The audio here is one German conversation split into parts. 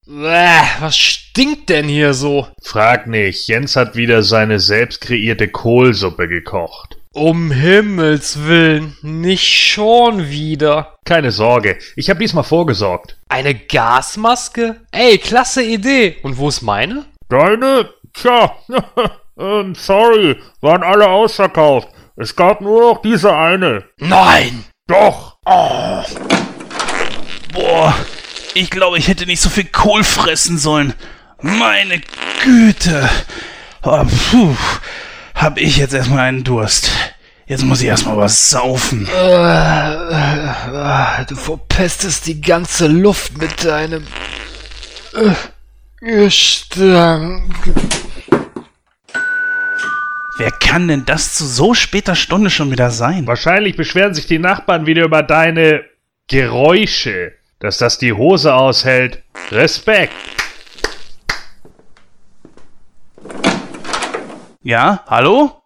Was stinkt denn hier so? Frag nicht, Jens hat wieder seine selbst kreierte Kohlsuppe gekocht. Um Himmels Willen, nicht schon wieder. Keine Sorge, ich habe diesmal vorgesorgt. Eine Gasmaske? Ey, klasse Idee. Und wo ist meine? Deine? Tja, sorry, waren alle ausverkauft. Es gab nur noch diese eine. Nein! Doch! Oh. Boah, ich glaube, ich hätte nicht so viel Kohl fressen sollen. Meine Güte. Oh, hab ich jetzt erstmal einen Durst. Jetzt muss ich erstmal was saufen. Du verpestest die ganze Luft mit deinem Gestank. Wer kann denn das zu so später Stunde schon wieder sein? Wahrscheinlich beschweren sich die Nachbarn wieder über deine Geräusche. Dass das die Hose aushält. Respekt. Ja, hallo?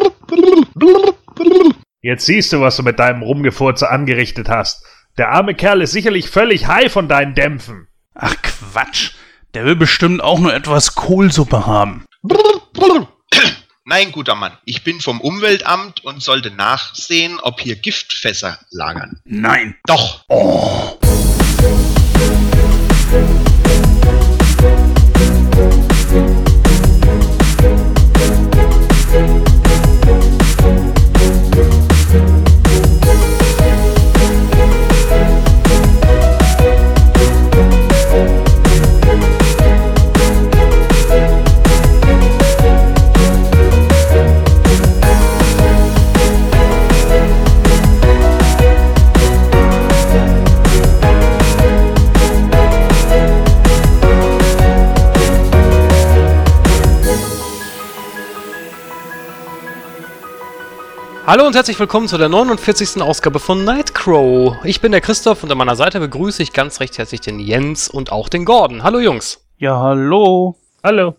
Jetzt siehst du, was du mit deinem Rumgefurze angerichtet hast. Der arme Kerl ist sicherlich völlig high von deinen Dämpfen. Ach Quatsch, der will bestimmt auch nur etwas Kohlsuppe haben. Nein, guter Mann, ich bin vom Umweltamt und sollte nachsehen, ob hier Giftfässer lagern. Nein. Doch. Oh. Hallo und herzlich willkommen zu der 49. Ausgabe von Nightcrow. Ich bin der Christoph und an meiner Seite begrüße ich ganz recht herzlich den Jens und auch den Gordon. Hallo Jungs. Ja, hallo. Hallo.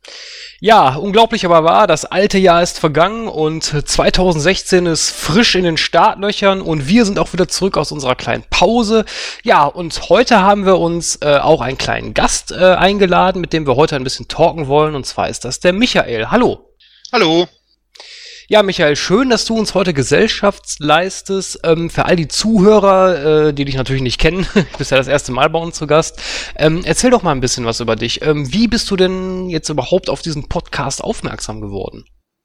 Ja, unglaublich aber wahr, das alte Jahr ist vergangen und 2016 ist frisch in den Startlöchern und wir sind auch wieder zurück aus unserer kleinen Pause. Ja, und heute haben wir uns auch einen kleinen Gast eingeladen, mit dem wir heute ein bisschen talken wollen, und zwar ist das der Michael. Hallo. Hallo. Ja, Michael, schön, dass du uns heute Gesellschaft leistest. Für all die Zuhörer, die dich natürlich nicht kennen, du bist ja das erste Mal bei uns zu Gast. Erzähl doch mal ein bisschen was über dich. Wie bist du denn jetzt überhaupt auf diesen Podcast aufmerksam geworden?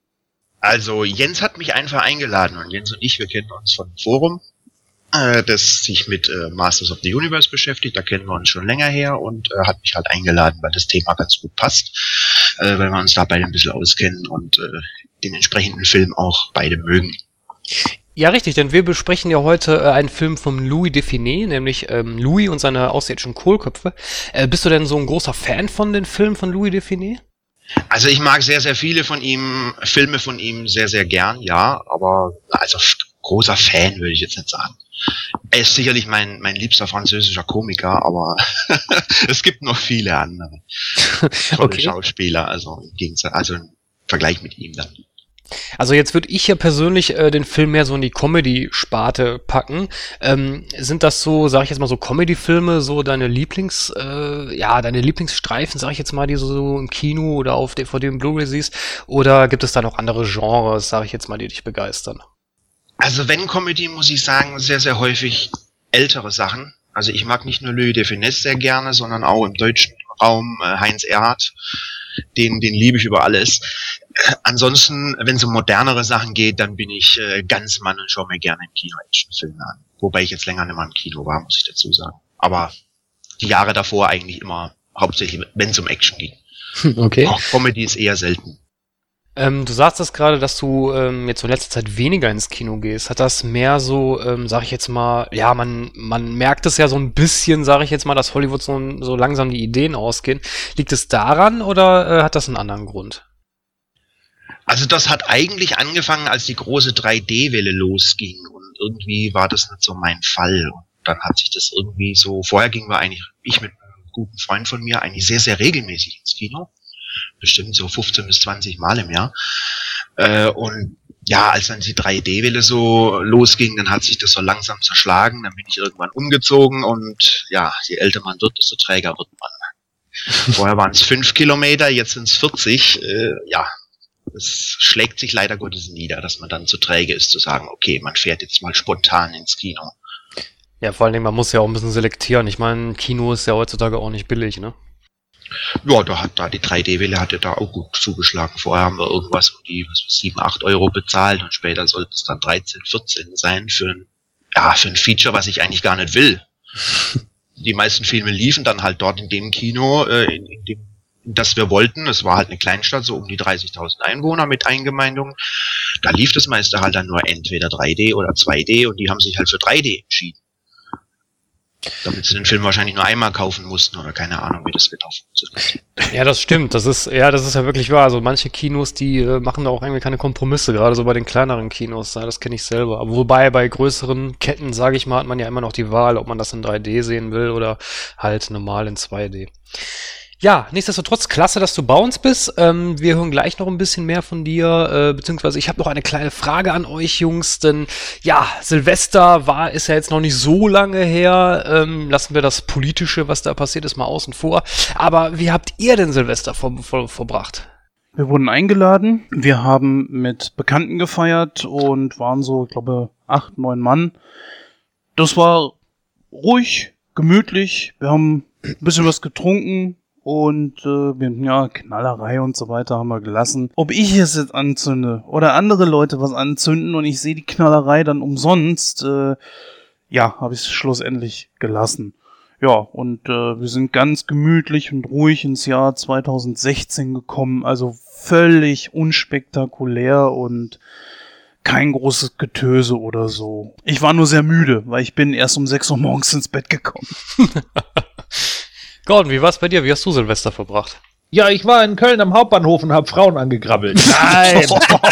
Also Jens hat mich einfach eingeladen und Jens und ich, wir kennen uns von einem Forum, das sich mit Masters of the Universe beschäftigt. Da kennen wir uns schon länger her und hat mich halt eingeladen, weil das Thema ganz gut passt, weil wir uns da beide ein bisschen auskennen und den entsprechenden Film auch beide mögen. Ja, richtig, denn wir besprechen ja heute einen Film von Louis Define, nämlich Louis und seine außerirdischen Kohlköpfe. Bist du denn so ein großer Fan von den Filmen von Louis Define? Also ich mag sehr, sehr viele Filme von ihm sehr, sehr gern, ja, aber also großer Fan würde ich jetzt nicht sagen. Er ist sicherlich mein liebster französischer Komiker, aber es gibt noch viele andere tolle Schauspieler, also im Vergleich mit ihm dann. Also jetzt würde ich ja persönlich den Film mehr so in die Comedy-Sparte packen. Sind das so, sag ich jetzt mal, so Comedy-Filme, so deine deine Lieblingsstreifen, sag ich jetzt mal, die du so im Kino oder auf DVD und Blu-ray siehst? Oder gibt es da noch andere Genres, sag ich jetzt mal, die dich begeistern? Also wenn Comedy, muss ich sagen, sehr, sehr häufig ältere Sachen. Also ich mag nicht nur Louis de Funès sehr gerne, sondern auch im deutschen Raum Heinz Erhardt. Den liebe ich über alles. Ansonsten, wenn es um modernere Sachen geht, dann bin ich ganz Mann und schaue mir gerne im Kino Actionfilme an. Wobei ich jetzt länger nicht mehr im Kino war, muss ich dazu sagen. Aber die Jahre davor eigentlich immer hauptsächlich, wenn es um Action ging. Okay. Auch Comedy ist eher selten. Du sagst das gerade, dass du jetzt so in letzter Zeit weniger ins Kino gehst. Hat das mehr so, sag ich jetzt mal, ja, man merkt es ja so ein bisschen, sag ich jetzt mal, dass Hollywood so langsam die Ideen ausgehen. Liegt es daran oder hat das einen anderen Grund? Also das hat eigentlich angefangen, als die große 3D-Welle losging und irgendwie war das nicht so mein Fall. Und dann hat sich das irgendwie so, vorher gingen wir eigentlich, ich mit einem guten Freund von mir, eigentlich sehr, sehr regelmäßig ins Kino. Bestimmt so 15 bis 20 Mal im Jahr. Und ja, als dann die 3D-Welle so losging, dann hat sich das so langsam zerschlagen. Dann bin ich irgendwann umgezogen und ja, je älter man wird, desto träger wird man. Vorher waren es 5 Kilometer, jetzt sind es 40. Ja, es schlägt sich leider Gottes nieder, dass man dann zu träge ist, zu sagen, okay, man fährt jetzt mal spontan ins Kino. Ja, vor allen Dingen, man muss ja auch ein bisschen selektieren. Ich meine, Kino ist ja heutzutage auch nicht billig, ne? Ja, da die 3D-Welle hatte da auch gut zugeschlagen. Vorher haben wir irgendwas um die 7, 8 Euro bezahlt und später sollte es dann 13, 14 sein für ein Feature, was ich eigentlich gar nicht will. Die meisten Filme liefen dann halt dort in dem Kino, in das wir wollten. Es war halt eine Kleinstadt, so um die 30.000 Einwohner mit Eingemeindungen. Da lief das meiste halt dann nur entweder 3D oder 2D und die haben sich halt für 3D entschieden. Damit sie den Film wahrscheinlich nur einmal kaufen mussten oder keine Ahnung, wie das genau funktioniert. Ja, das stimmt. Das ist ja wirklich wahr. Also manche Kinos, die machen da auch irgendwie keine Kompromisse, gerade so bei den kleineren Kinos. Ja, das kenne ich selber. Aber wobei bei größeren Ketten, sage ich mal, hat man ja immer noch die Wahl, ob man das in 3D sehen will oder halt normal in 2D. Ja, nichtsdestotrotz, klasse, dass du bei uns bist. Wir hören gleich noch ein bisschen mehr von dir, beziehungsweise ich habe noch eine kleine Frage an euch, Jungs, denn ja, Silvester ist ja jetzt noch nicht so lange her. Lassen wir das Politische, was da passiert ist, mal außen vor. Aber wie habt ihr denn Silvester verbracht? Wir wurden eingeladen. Wir haben mit Bekannten gefeiert und waren so, ich glaube, 8, 9 Mann. Das war ruhig, gemütlich. Wir haben ein bisschen was getrunken. Und Knallerei und so weiter haben wir gelassen. Ob ich es jetzt anzünde oder andere Leute was anzünden und ich sehe die Knallerei dann umsonst, habe ich es schlussendlich gelassen. Ja, und wir sind ganz gemütlich und ruhig ins Jahr 2016 gekommen. Also völlig unspektakulär und kein großes Getöse oder so. Ich war nur sehr müde, weil ich bin erst um 6 Uhr morgens ins Bett gekommen. Gordon, wie war's bei dir? Wie hast du Silvester verbracht? Ja, ich war in Köln am Hauptbahnhof und hab Frauen angegrabbelt. Nein!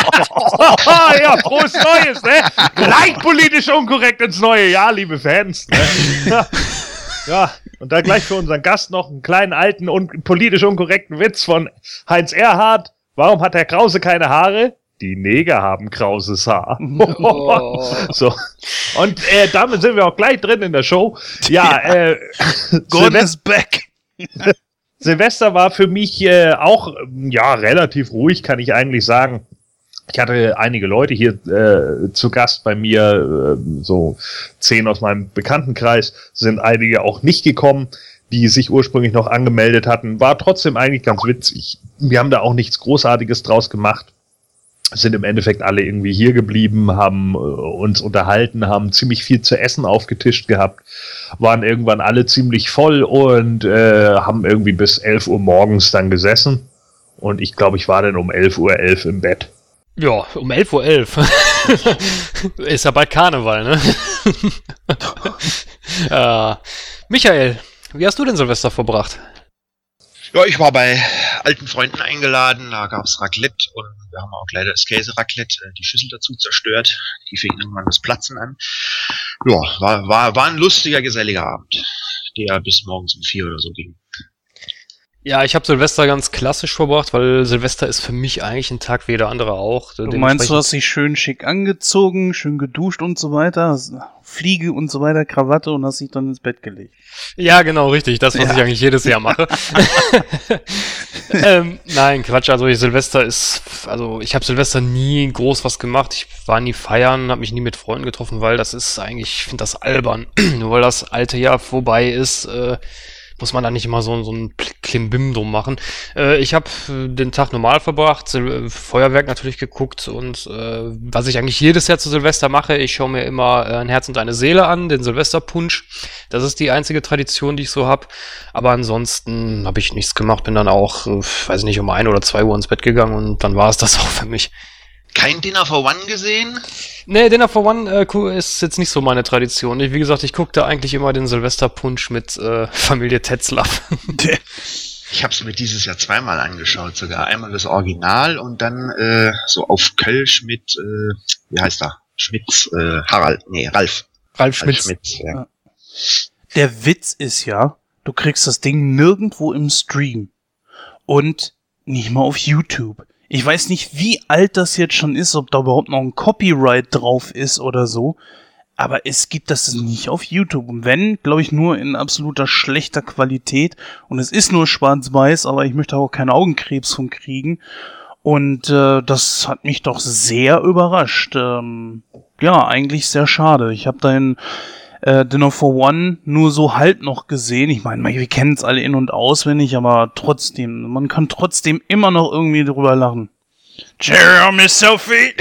Ja, frohes Neues, ne? Gleich politisch unkorrekt ins neue Jahr, liebe Fans. Ne? Ja, und dann gleich für unseren Gast noch einen kleinen, alten und politisch unkorrekten Witz von Heinz Erhardt. Warum hat Herr Krause keine Haare? Die Neger haben krauses Haar. Oh. So. Und damit sind wir auch gleich drin in der Show. Ja, Gordon is back. Silvester war für mich auch relativ ruhig, kann ich eigentlich sagen. Ich hatte einige Leute hier zu Gast bei mir, so 10 aus meinem Bekanntenkreis, sind einige auch nicht gekommen, die sich ursprünglich noch angemeldet hatten. War trotzdem eigentlich ganz witzig. Wir haben da auch nichts Großartiges draus gemacht. Sind im Endeffekt alle irgendwie hier geblieben, haben uns unterhalten, haben ziemlich viel zu essen aufgetischt gehabt, waren irgendwann alle ziemlich voll und haben irgendwie bis 11 Uhr morgens dann gesessen. Und ich glaube, ich war dann um 11:11 Uhr im Bett. Ja, um 11:11 Uhr. Ist ja bald Karneval, ne? Michael, wie hast du denn Silvester verbracht? Ja, ich war bei alten Freunden eingeladen, da gab's Raclette und wir haben auch leider das Käse-Raclette, die Schüssel dazu zerstört, die fing irgendwann das Platzen an. Ja, war ein lustiger, geselliger Abend, der bis morgens um 4 oder so ging. Ja, ich habe Silvester ganz klassisch verbracht, weil Silvester ist für mich eigentlich ein Tag wie jeder andere auch. Du meinst, du hast dich schön schick angezogen, schön geduscht und so weiter, Fliege und so weiter, Krawatte und hast dich dann ins Bett gelegt. Ja, genau, richtig. Das, was ich eigentlich jedes Jahr mache. Nein, Quatsch. Also ich habe Silvester nie groß was gemacht. Ich war nie feiern, habe mich nie mit Freunden getroffen, weil das ist eigentlich, ich finde das albern. Nur weil das alte Jahr vorbei ist, muss man da nicht immer so ein Klimbim drum machen. Ich habe den Tag normal verbracht, Feuerwerk natürlich geguckt und was ich eigentlich jedes Jahr zu Silvester mache, ich schaue mir immer ein Herz und eine Seele an, den Silvesterpunsch. Das ist die einzige Tradition, die ich so habe. Aber ansonsten habe ich nichts gemacht, bin dann auch, weiß nicht, um 1 oder 2 Uhr ins Bett gegangen und dann war es das auch für mich. Kein Dinner for One gesehen? Nee, Dinner for One ist jetzt nicht so meine Tradition. Wie gesagt, ich gucke da eigentlich immer den Silvesterpunsch mit Familie Tetzlaff. Ich habe es mir dieses Jahr 2-mal angeschaut, sogar einmal das Original und dann so auf Kölsch mit, wie heißt er? Schmitz, Ralf. Ralf Schmitz. Ja. Der Witz ist ja, du kriegst das Ding nirgendwo im Stream und nicht mal auf YouTube. Ich weiß nicht, wie alt das jetzt schon ist, ob da überhaupt noch ein Copyright drauf ist oder so. aber es gibt das nicht auf YouTube. Und wenn, glaube ich, nur in absoluter schlechter Qualität. Und es ist nur schwarz-weiß, aber ich möchte auch keinen Augenkrebs von kriegen. Und das hat mich doch sehr überrascht. Ja, eigentlich sehr schade. Ich habe dein Dinner for One nur so halt noch gesehen. Ich meine, wir kennen es alle in- und auswendig, aber trotzdem, man kann trotzdem immer noch irgendwie drüber lachen. Jeremy Sophie!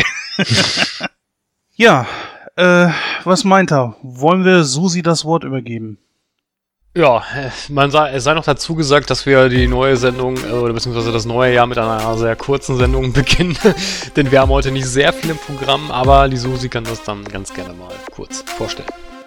Ja, was meint er? Wollen wir Susi das Wort übergeben? Ja, es sei noch dazu gesagt, dass wir die neue Sendung, oder beziehungsweise das neue Jahr mit einer sehr kurzen Sendung beginnen. Denn wir haben heute nicht sehr viel im Programm, aber die Susi kann das dann ganz gerne mal kurz vorstellen.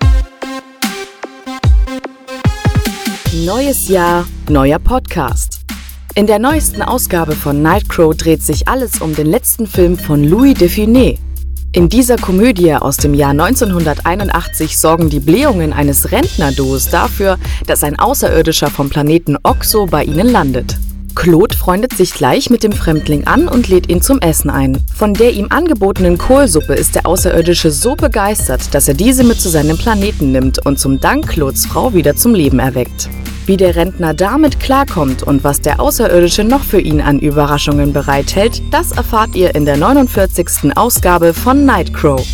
Neues Jahr, neuer Podcast. In der neuesten Ausgabe von Nightcrow dreht sich alles um den letzten Film von Louis de Funès. In dieser Komödie aus dem Jahr 1981 sorgen die Blähungen eines Rentnerduos dafür, dass ein Außerirdischer vom Planeten Oxo bei ihnen landet. Claude freundet sich gleich mit dem Fremdling an und lädt ihn zum Essen ein. Von der ihm angebotenen Kohlsuppe ist der Außerirdische so begeistert, dass er diese mit zu seinem Planeten nimmt und zum Dank Claudes Frau wieder zum Leben erweckt. Wie der Rentner damit klarkommt und was der Außerirdische noch für ihn an Überraschungen bereithält, das erfahrt ihr in der 49. Ausgabe von Nightcrow.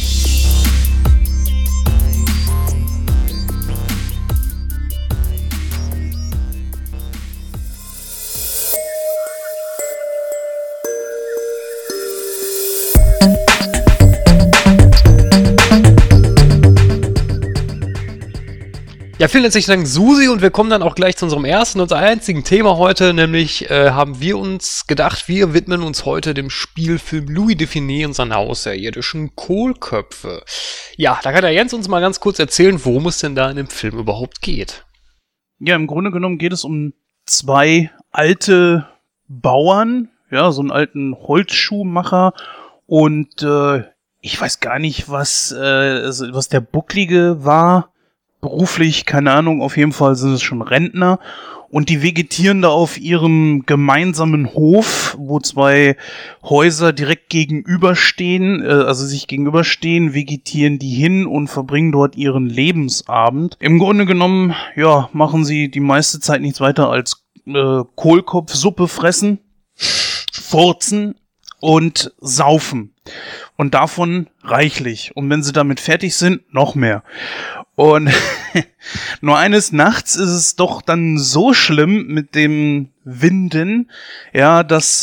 Ja, vielen herzlichen Dank, Susi, und wir kommen dann auch gleich zu unserem ersten und einzigen Thema heute, nämlich haben wir uns gedacht, wir widmen uns heute dem Spielfilm Louis de Funès und seine außerirdischen Kohlköpfe. Ja, da kann der Jens uns mal ganz kurz erzählen, worum es denn da in dem Film überhaupt geht. Ja, im Grunde genommen geht es um zwei alte Bauern, ja, so einen alten Holzschuhmacher und ich weiß gar nicht, was der Bucklige war. Beruflich, keine Ahnung, auf jeden Fall sind es schon Rentner und die vegetieren da auf ihrem gemeinsamen Hof, wo zwei Häuser direkt gegenüberstehen, sich gegenüberstehen, vegetieren die hin und verbringen dort ihren Lebensabend. Im Grunde genommen, ja, machen sie die meiste Zeit nichts weiter als Kohlkopfsuppe fressen, furzen und saufen. Und davon reichlich. Und wenn sie damit fertig sind, noch mehr. Und nur eines Nachts ist es doch dann so schlimm mit dem Winden, ja, dass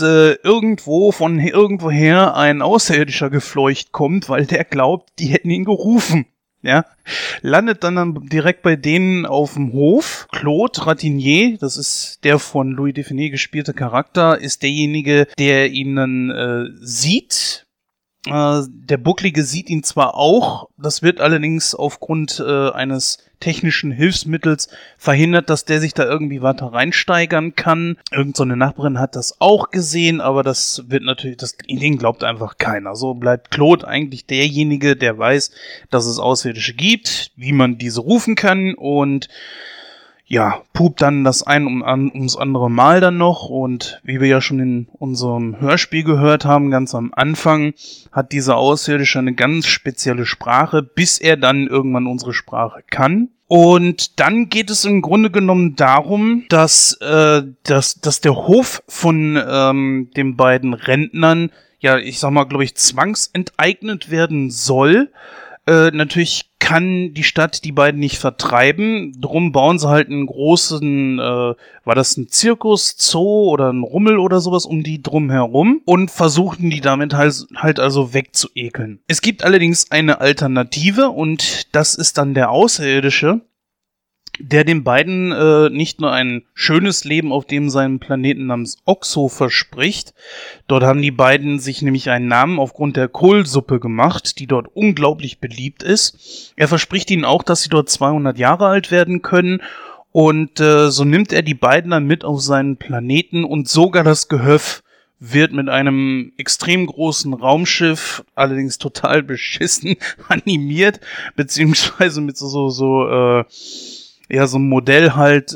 irgendwoher ein Außerirdischer gefleucht kommt, weil der glaubt, die hätten ihn gerufen. Ja, landet dann direkt bei denen auf dem Hof. Claude Ratignier, das ist der von Louis de Funès gespielte Charakter, ist derjenige, der ihn dann sieht. Der Bucklige sieht ihn zwar auch, das wird allerdings aufgrund eines technischen Hilfsmittels verhindert, dass der sich da irgendwie weiter reinsteigern kann. Irgend so eine Nachbarin hat das auch gesehen, aber das wird natürlich, den glaubt einfach keiner. So bleibt Claude eigentlich derjenige, der weiß, dass es Außerirdische gibt, wie man diese rufen kann und ja, pupt dann das ein ums andere Mal dann noch und wie wir ja schon in unserem Hörspiel gehört haben, ganz am Anfang, hat dieser Außerirdische eine ganz spezielle Sprache, bis er dann irgendwann unsere Sprache kann. Und dann geht es im Grunde genommen darum, dass der Hof von den beiden Rentnern, ja, ich sag mal, glaube ich, zwangsenteignet werden soll. Natürlich kann die Stadt die beiden nicht vertreiben, drum bauen sie halt einen großen, war das ein Zirkus, Zoo oder ein Rummel oder sowas um die drum herum und versuchten die damit halt also wegzuekeln. Es gibt allerdings eine Alternative und das ist dann der Außerirdische, der den beiden nicht nur ein schönes Leben auf dem seinen Planeten namens Oxo verspricht. Dort haben die beiden sich nämlich einen Namen aufgrund der Kohlsuppe gemacht, die dort unglaublich beliebt ist. Er verspricht ihnen auch, dass sie dort 200 Jahre alt werden können und so nimmt er die beiden dann mit auf seinen Planeten und sogar das Gehöft wird mit einem extrem großen Raumschiff, allerdings total beschissen, animiert, beziehungsweise mit so ein Modell halt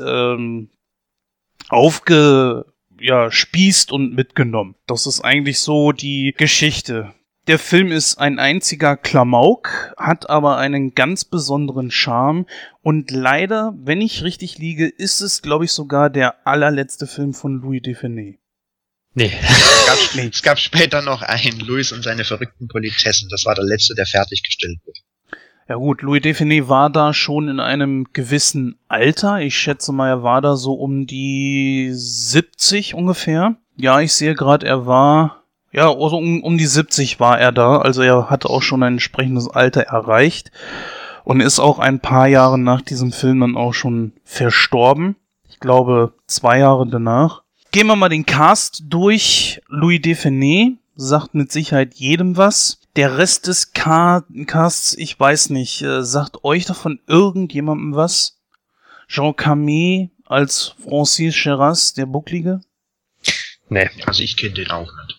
aufgespießt und mitgenommen. Das ist eigentlich so die Geschichte. Der Film ist ein einziger Klamauk, hat aber einen ganz besonderen Charme und leider, wenn ich richtig liege, ist es, glaube ich, sogar der allerletzte Film von Louis Define. Nee. Es gab später noch einen Louis und seine verrückten Politessen. Das war der letzte, der fertiggestellt wurde. Ja gut, Louis Define war da schon in einem gewissen Alter. Ich schätze mal, er war da so um die 70 ungefähr. Ja, ich sehe gerade, er war... Ja, also um die 70 war er da, also er hatte auch schon ein entsprechendes Alter erreicht und ist auch ein paar Jahre nach diesem Film dann auch schon verstorben. Ich glaube 2 Jahre danach. Gehen wir mal den Cast durch. Louis Define sagt mit Sicherheit jedem was. Der Rest des Casts, ich weiß nicht, sagt euch davon irgendjemandem was? Jean Camet als Francis Cheras, der Bucklige? Nee. Also ich kenne den auch nicht.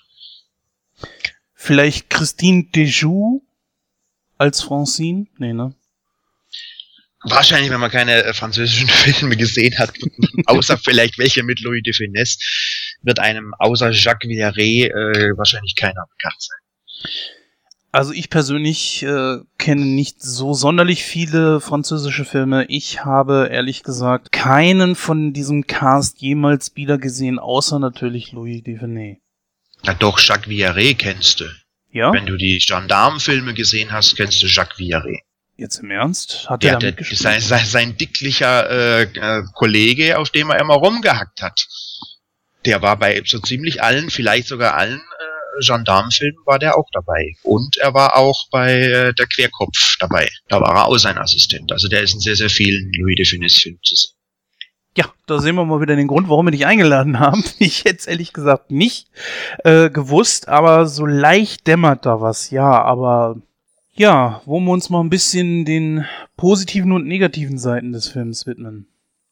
Vielleicht Christine Dejoux als Francine? Nee, ne? Wahrscheinlich, wenn man keine französischen Filme gesehen hat, außer vielleicht welche mit Louis de Funès, wird einem außer Jacques Villeret wahrscheinlich keiner bekannt sein. Also ich persönlich kenne nicht so sonderlich viele französische Filme. Ich habe ehrlich gesagt keinen von diesem Cast jemals wieder gesehen, außer natürlich Louis Define. Na doch, Jacques Villeret kennst du. Ja? Wenn du die Gendarmenfilme gesehen hast, kennst du Jacques Villeret. Jetzt im Ernst? Hat er da mitgespielt? Sein dicklicher Kollege, auf dem er immer rumgehackt hat. Der war bei so ziemlich allen, vielleicht sogar allen Gendarmenfilmen war der auch dabei. Und er war auch bei der Querkopf dabei. Da war er auch sein Assistent. Also der ist in sehr, sehr vielen Louis de Funès Filmen zu sehen. Ja, da sehen wir mal wieder den Grund, warum wir dich eingeladen haben. Ich hätte es ehrlich gesagt nicht gewusst, aber so leicht dämmert da was. Ja, aber ja, wollen wir uns mal ein bisschen den positiven und negativen Seiten des Films widmen?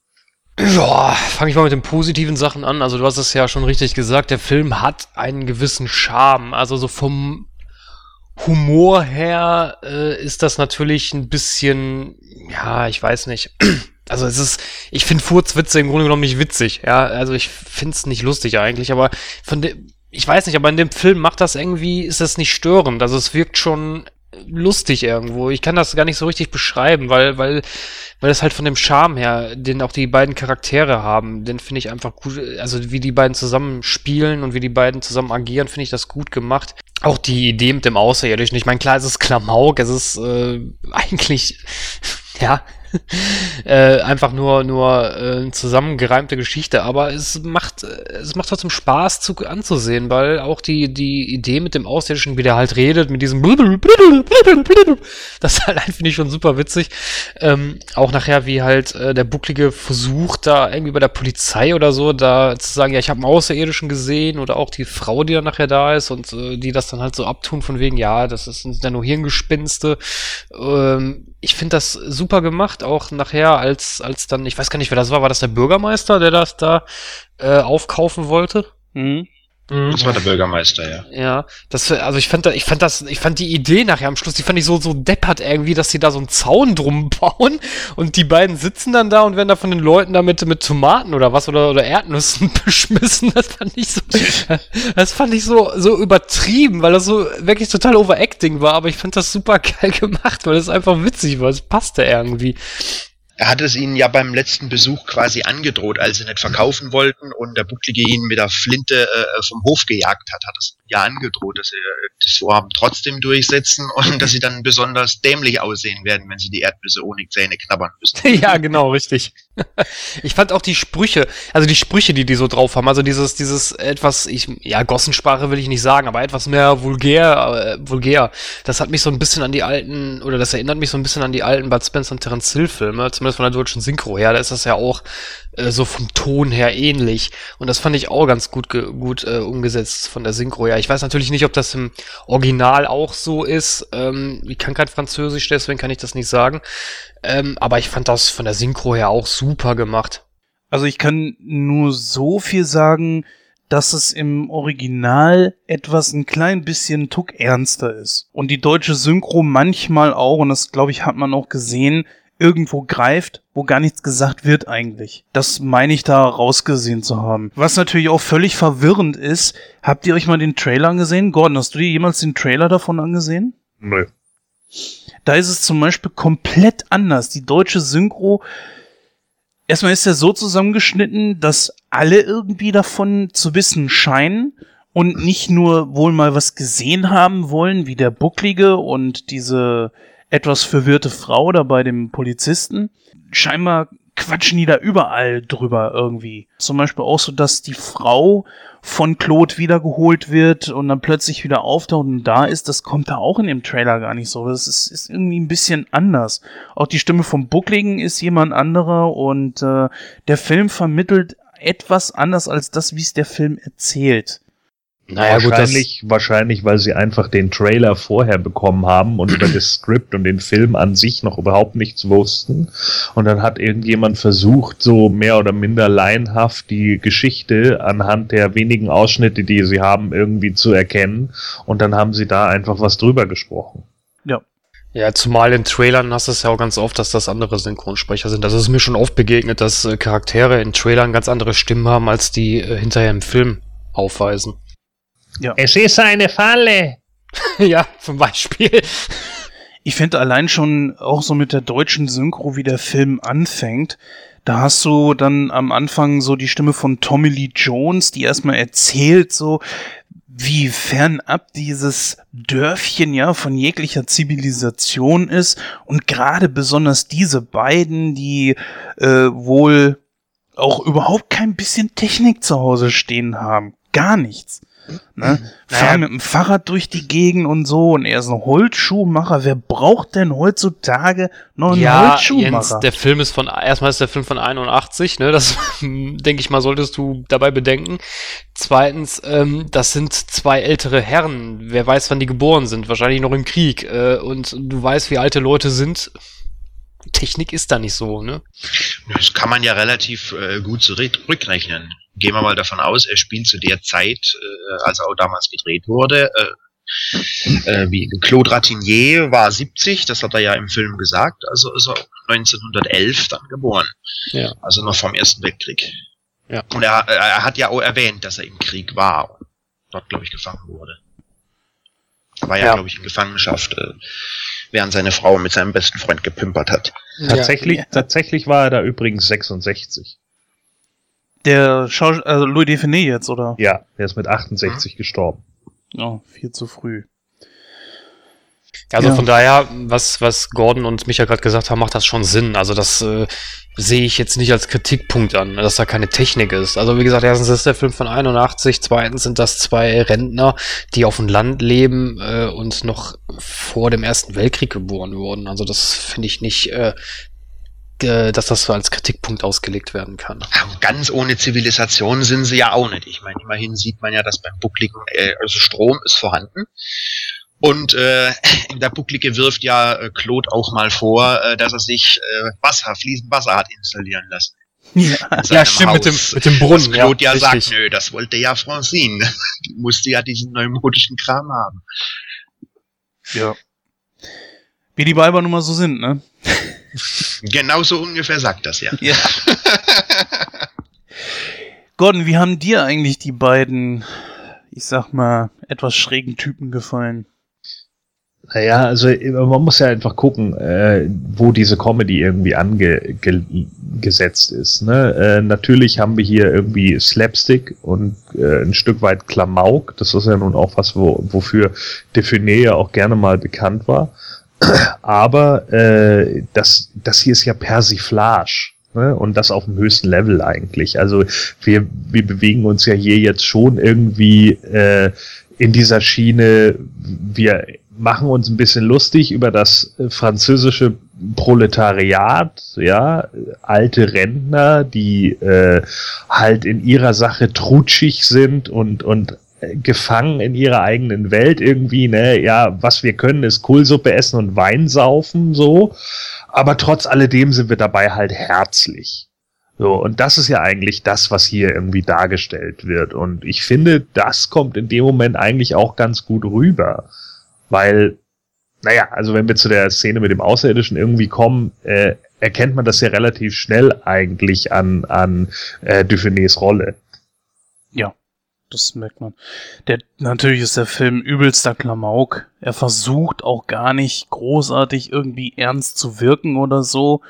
Ja, fange ich mal mit den positiven Sachen an. Also du hast es ja schon richtig gesagt, der Film hat einen gewissen Charme. Also so vom Humor her ist das natürlich ein bisschen, ja, ich weiß nicht. Also ich finde Furzwitze im Grunde genommen nicht witzig, ja, also ich finde es nicht lustig eigentlich, aber ich weiß nicht, aber in dem Film macht das irgendwie, ist das nicht störend, also es wirkt schon lustig irgendwo, ich kann das gar nicht so richtig beschreiben, weil das halt von dem Charme her, den auch die beiden Charaktere haben, den finde ich einfach gut, also wie die beiden zusammen spielen und wie die beiden zusammen agieren, finde ich das gut gemacht. Auch die Idee mit dem Außerirdischen, ich meine, klar, es ist Klamauk, es ist eigentlich, ja, einfach nur zusammengereimte Geschichte, aber es macht trotzdem Spaß anzusehen, weil auch die Idee mit dem Außerirdischen, wie der halt redet, mit diesem das halt finde ich schon super witzig. Auch nachher, wie halt der Bucklige versucht, da irgendwie bei der Polizei oder so, da zu sagen, ja, ich habe einen Außerirdischen gesehen, oder auch die Frau, die dann nachher da ist und die das dann halt so abtun von wegen, ja, das sind ja nur Hirngespinste. Ich finde das super gemacht, auch nachher als dann, ich weiß gar nicht, wer das war das der Bürgermeister, der das da aufkaufen wollte? Mhm. Das war der Bürgermeister, ja. Ja, ich fand die Idee nachher am Schluss, die fand ich so deppert irgendwie, dass sie da so einen Zaun drum bauen und die beiden sitzen dann da und werden da von den Leuten da mit Tomaten oder was oder Erdnüssen beschmissen. Das fand ich so übertrieben, weil das so wirklich total overacting war, aber ich fand das super geil gemacht, weil es einfach witzig war, es passte irgendwie. Er hat es ihnen ja beim letzten Besuch quasi angedroht, als sie nicht verkaufen wollten und der Bucklige ihn mit der Flinte vom Hof gejagt hat es ja angedroht, dass sie das Vorhaben trotzdem durchsetzen und dass sie dann besonders dämlich aussehen werden, wenn sie die Erdnüsse ohne Zähne knabbern müssen. Ja, genau, richtig. Ich fand auch die Sprüche, die so drauf haben, also dieses etwas, Gossensprache will ich nicht sagen, aber etwas mehr vulgär. Das hat mich so ein bisschen an die alten, oder das erinnert mich so ein bisschen an die alten Bud Spencer und Terence Hill Filme, zumindest von der deutschen Synchro her, da ist das ja auch so vom Ton her ähnlich. Und das fand ich auch ganz gut umgesetzt von der Synchro her. Ich weiß natürlich nicht, ob das im Original auch so ist. Ich kann kein Französisch, deswegen kann ich das nicht sagen. Aber ich fand das von der Synchro her auch super gemacht. Also ich kann nur so viel sagen, dass es im Original etwas ein klein bisschen Tuck ernster ist. Und die deutsche Synchro manchmal auch, und das glaube ich hat man auch gesehen, irgendwo greift, wo gar nichts gesagt wird eigentlich. Das meine ich da rausgesehen zu haben. Was natürlich auch völlig verwirrend ist, habt ihr euch mal den Trailer angesehen? Gordon, hast du dir jemals den Trailer davon angesehen? Nö. Da ist es zum Beispiel komplett anders. Die deutsche Synchro, erstmal ist er so zusammengeschnitten, dass alle irgendwie davon zu wissen scheinen und nicht nur wohl mal was gesehen haben wollen, wie der Bucklige und diese etwas verwirrte Frau da bei dem Polizisten. Scheinbar quatschen die da überall drüber irgendwie. Zum Beispiel auch so, dass die Frau von Claude wiedergeholt wird und dann plötzlich wieder auftaucht und da ist. Das kommt da auch in dem Trailer gar nicht so. Das ist irgendwie ein bisschen anders. Auch die Stimme vom Buckligen ist jemand anderer und der Film vermittelt etwas anders als das, wie es der Film erzählt. Naja, wahrscheinlich, weil sie einfach den Trailer vorher bekommen haben und über das Skript und den Film an sich noch überhaupt nichts wussten. Und dann hat irgendjemand versucht, so mehr oder minder laienhaft die Geschichte anhand der wenigen Ausschnitte, die sie haben, irgendwie zu erkennen. Und dann haben sie da einfach was drüber gesprochen. Ja. Ja, zumal in Trailern hast du es ja auch ganz oft, dass das andere Synchronsprecher sind. Das ist mir schon oft begegnet, dass Charaktere in Trailern ganz andere Stimmen haben, als die hinterher im Film aufweisen. Ja. Es ist eine Falle! Ja, zum Beispiel. Ich finde allein schon auch so mit der deutschen Synchro, wie der Film anfängt, da hast du dann am Anfang so die Stimme von Tommy Lee Jones, die erstmal erzählt so, wie fernab dieses Dörfchen ja von jeglicher Zivilisation ist und gerade besonders diese beiden, die wohl auch überhaupt kein bisschen Technik zu Hause stehen haben. Gar nichts. Ne? Fahren mit dem Fahrrad durch die Gegend und so und er ist ein Holzschuhmacher. Wer braucht denn heutzutage noch einen Holzschuhmacher? Jens, der Film ist erstmal ist der Film von 81, ne? Das denke ich mal, solltest du dabei bedenken. Zweitens, das sind zwei ältere Herren. Wer weiß, wann die geboren sind? Wahrscheinlich noch im Krieg. Und du weißt, wie alte Leute sind. Technik ist da nicht so, ne? Das kann man ja relativ gut zurückrechnen. Gehen wir mal davon aus, er spielt zu der Zeit, als er auch damals gedreht wurde, wie Claude Ratignier war 70, das hat er ja im Film gesagt, also ist er 1911 dann geboren. Ja. Also noch vom Ersten Weltkrieg. Ja. Und er hat ja auch erwähnt, dass er im Krieg war und dort, glaube ich, gefangen wurde. War ja, glaube ich, in Gefangenschaft, während seine Frau mit seinem besten Freund gepimpert hat. Tatsächlich war er da übrigens 66. Der also Louis Define jetzt, oder? Ja, der ist mit 68 gestorben. Oh, viel zu früh. Also von daher, was Gordon und Micha gerade gesagt haben, macht das schon Sinn. Also das sehe ich jetzt nicht als Kritikpunkt an, dass da keine Technik ist. Also wie gesagt, erstens ist der Film von 81, zweitens sind das zwei Rentner, die auf dem Land leben und noch vor dem Ersten Weltkrieg geboren wurden. Also das finde ich nicht, dass das so als Kritikpunkt ausgelegt werden kann. Ganz ohne Zivilisation sind sie ja auch nicht. Ich meine, immerhin sieht man ja, dass beim Buckligen, also Strom ist vorhanden. Und der Bucklige wirft ja Claude auch mal vor, dass er sich fließend Wasser hat installieren lassen. Ja, stimmt, mit dem Brunnen. Und Claude ja sagt, nö, das wollte ja Francine. Die musste ja diesen neumodischen Kram haben. Ja. Wie die Weiber nun mal so sind, ne? Genau so ungefähr sagt das, ja. Ja. Gordon, wie haben dir eigentlich die beiden, ich sag mal, etwas schrägen Typen gefallen? Naja, also man muss ja einfach gucken, wo diese Comedy irgendwie angesetzt ist. Ne? Natürlich haben wir hier irgendwie Slapstick und ein Stück weit Klamauk. Das ist ja nun auch was, wofür Define ja auch gerne mal bekannt war. Aber das hier ist ja Persiflage. Ne? Und das auf dem höchsten Level eigentlich. Also wir bewegen uns ja hier jetzt schon irgendwie in dieser Schiene, wir machen uns ein bisschen lustig über das französische Proletariat, ja, alte Rentner, die halt in ihrer Sache trutschig sind und gefangen in ihrer eigenen Welt irgendwie, ne, ja, was wir können, ist Kohlsuppe essen und Wein saufen, so, aber trotz alledem sind wir dabei halt herzlich. So, und das ist ja eigentlich das, was hier irgendwie dargestellt wird. Und ich finde, das kommt in dem Moment eigentlich auch ganz gut rüber. Weil, naja, also wenn wir zu der Szene mit dem Außerirdischen irgendwie kommen, erkennt man das ja relativ schnell eigentlich an Duvernets Rolle. Ja, das merkt man. Natürlich ist der Film übelster Klamauk. Er versucht auch gar nicht großartig irgendwie ernst zu wirken oder so.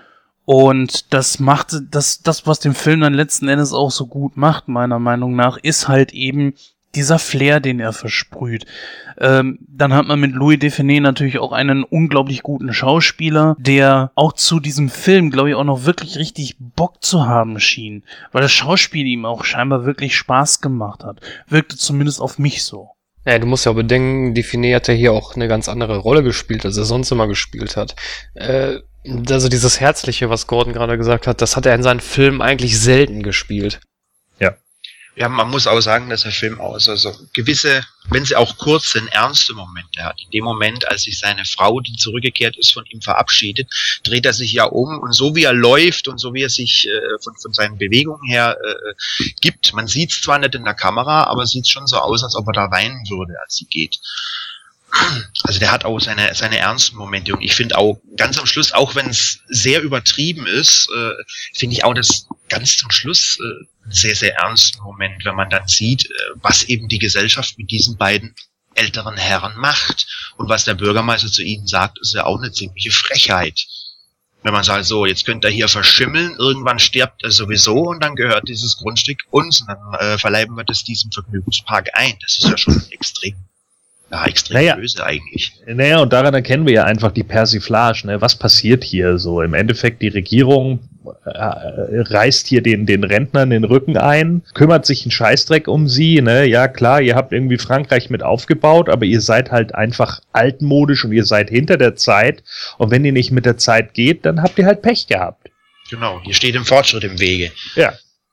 Und das macht, das, was den Film dann letzten Endes auch so gut macht, meiner Meinung nach, ist halt eben dieser Flair, den er versprüht. Dann hat man mit Louis Define natürlich auch einen unglaublich guten Schauspieler, der auch zu diesem Film, glaube ich, auch noch wirklich richtig Bock zu haben schien. Weil das Schauspiel ihm auch scheinbar wirklich Spaß gemacht hat. Wirkte zumindest auf mich so. Ja, du musst ja auch bedenken, Define hat ja hier auch eine ganz andere Rolle gespielt, als er sonst immer gespielt hat. Also dieses Herzliche, was Gordon gerade gesagt hat, das hat er in seinen Filmen eigentlich selten gespielt. Ja, man muss auch sagen, dass der Film auch so gewisse, wenn sie auch kurz sind, ernste Momente hat. In dem Moment, als sich seine Frau, die zurückgekehrt ist, von ihm verabschiedet, dreht er sich ja um und so wie er läuft und so wie er sich von seinen Bewegungen her gibt, man sieht es zwar nicht in der Kamera, aber es sieht schon so aus, als ob er da weinen würde, als sie geht. Also der hat auch seine ernsten Momente und ich finde auch ganz am Schluss, auch wenn es sehr übertrieben ist, finde ich auch das ganz zum Schluss einen sehr, sehr ernsten Moment, wenn man dann sieht, was eben die Gesellschaft mit diesen beiden älteren Herren macht. Und was der Bürgermeister zu ihnen sagt, ist ja auch eine ziemliche Frechheit. Wenn man sagt, so, jetzt könnt ihr hier verschimmeln, irgendwann stirbt er sowieso und dann gehört dieses Grundstück uns und dann verleiben wir das diesem Vergnügungspark ein. Das ist ja schon extrem böse eigentlich. Naja, und daran erkennen wir ja einfach die Persiflage, ne? Was passiert hier so? Im Endeffekt, die Regierung reißt hier den Rentnern den Rücken ein, kümmert sich einen Scheißdreck um sie, ne? Ja klar, ihr habt irgendwie Frankreich mit aufgebaut, aber ihr seid halt einfach altmodisch und ihr seid hinter der Zeit und wenn ihr nicht mit der Zeit geht, dann habt ihr halt Pech gehabt. Genau, hier steht im Fortschritt im Wege. Ja.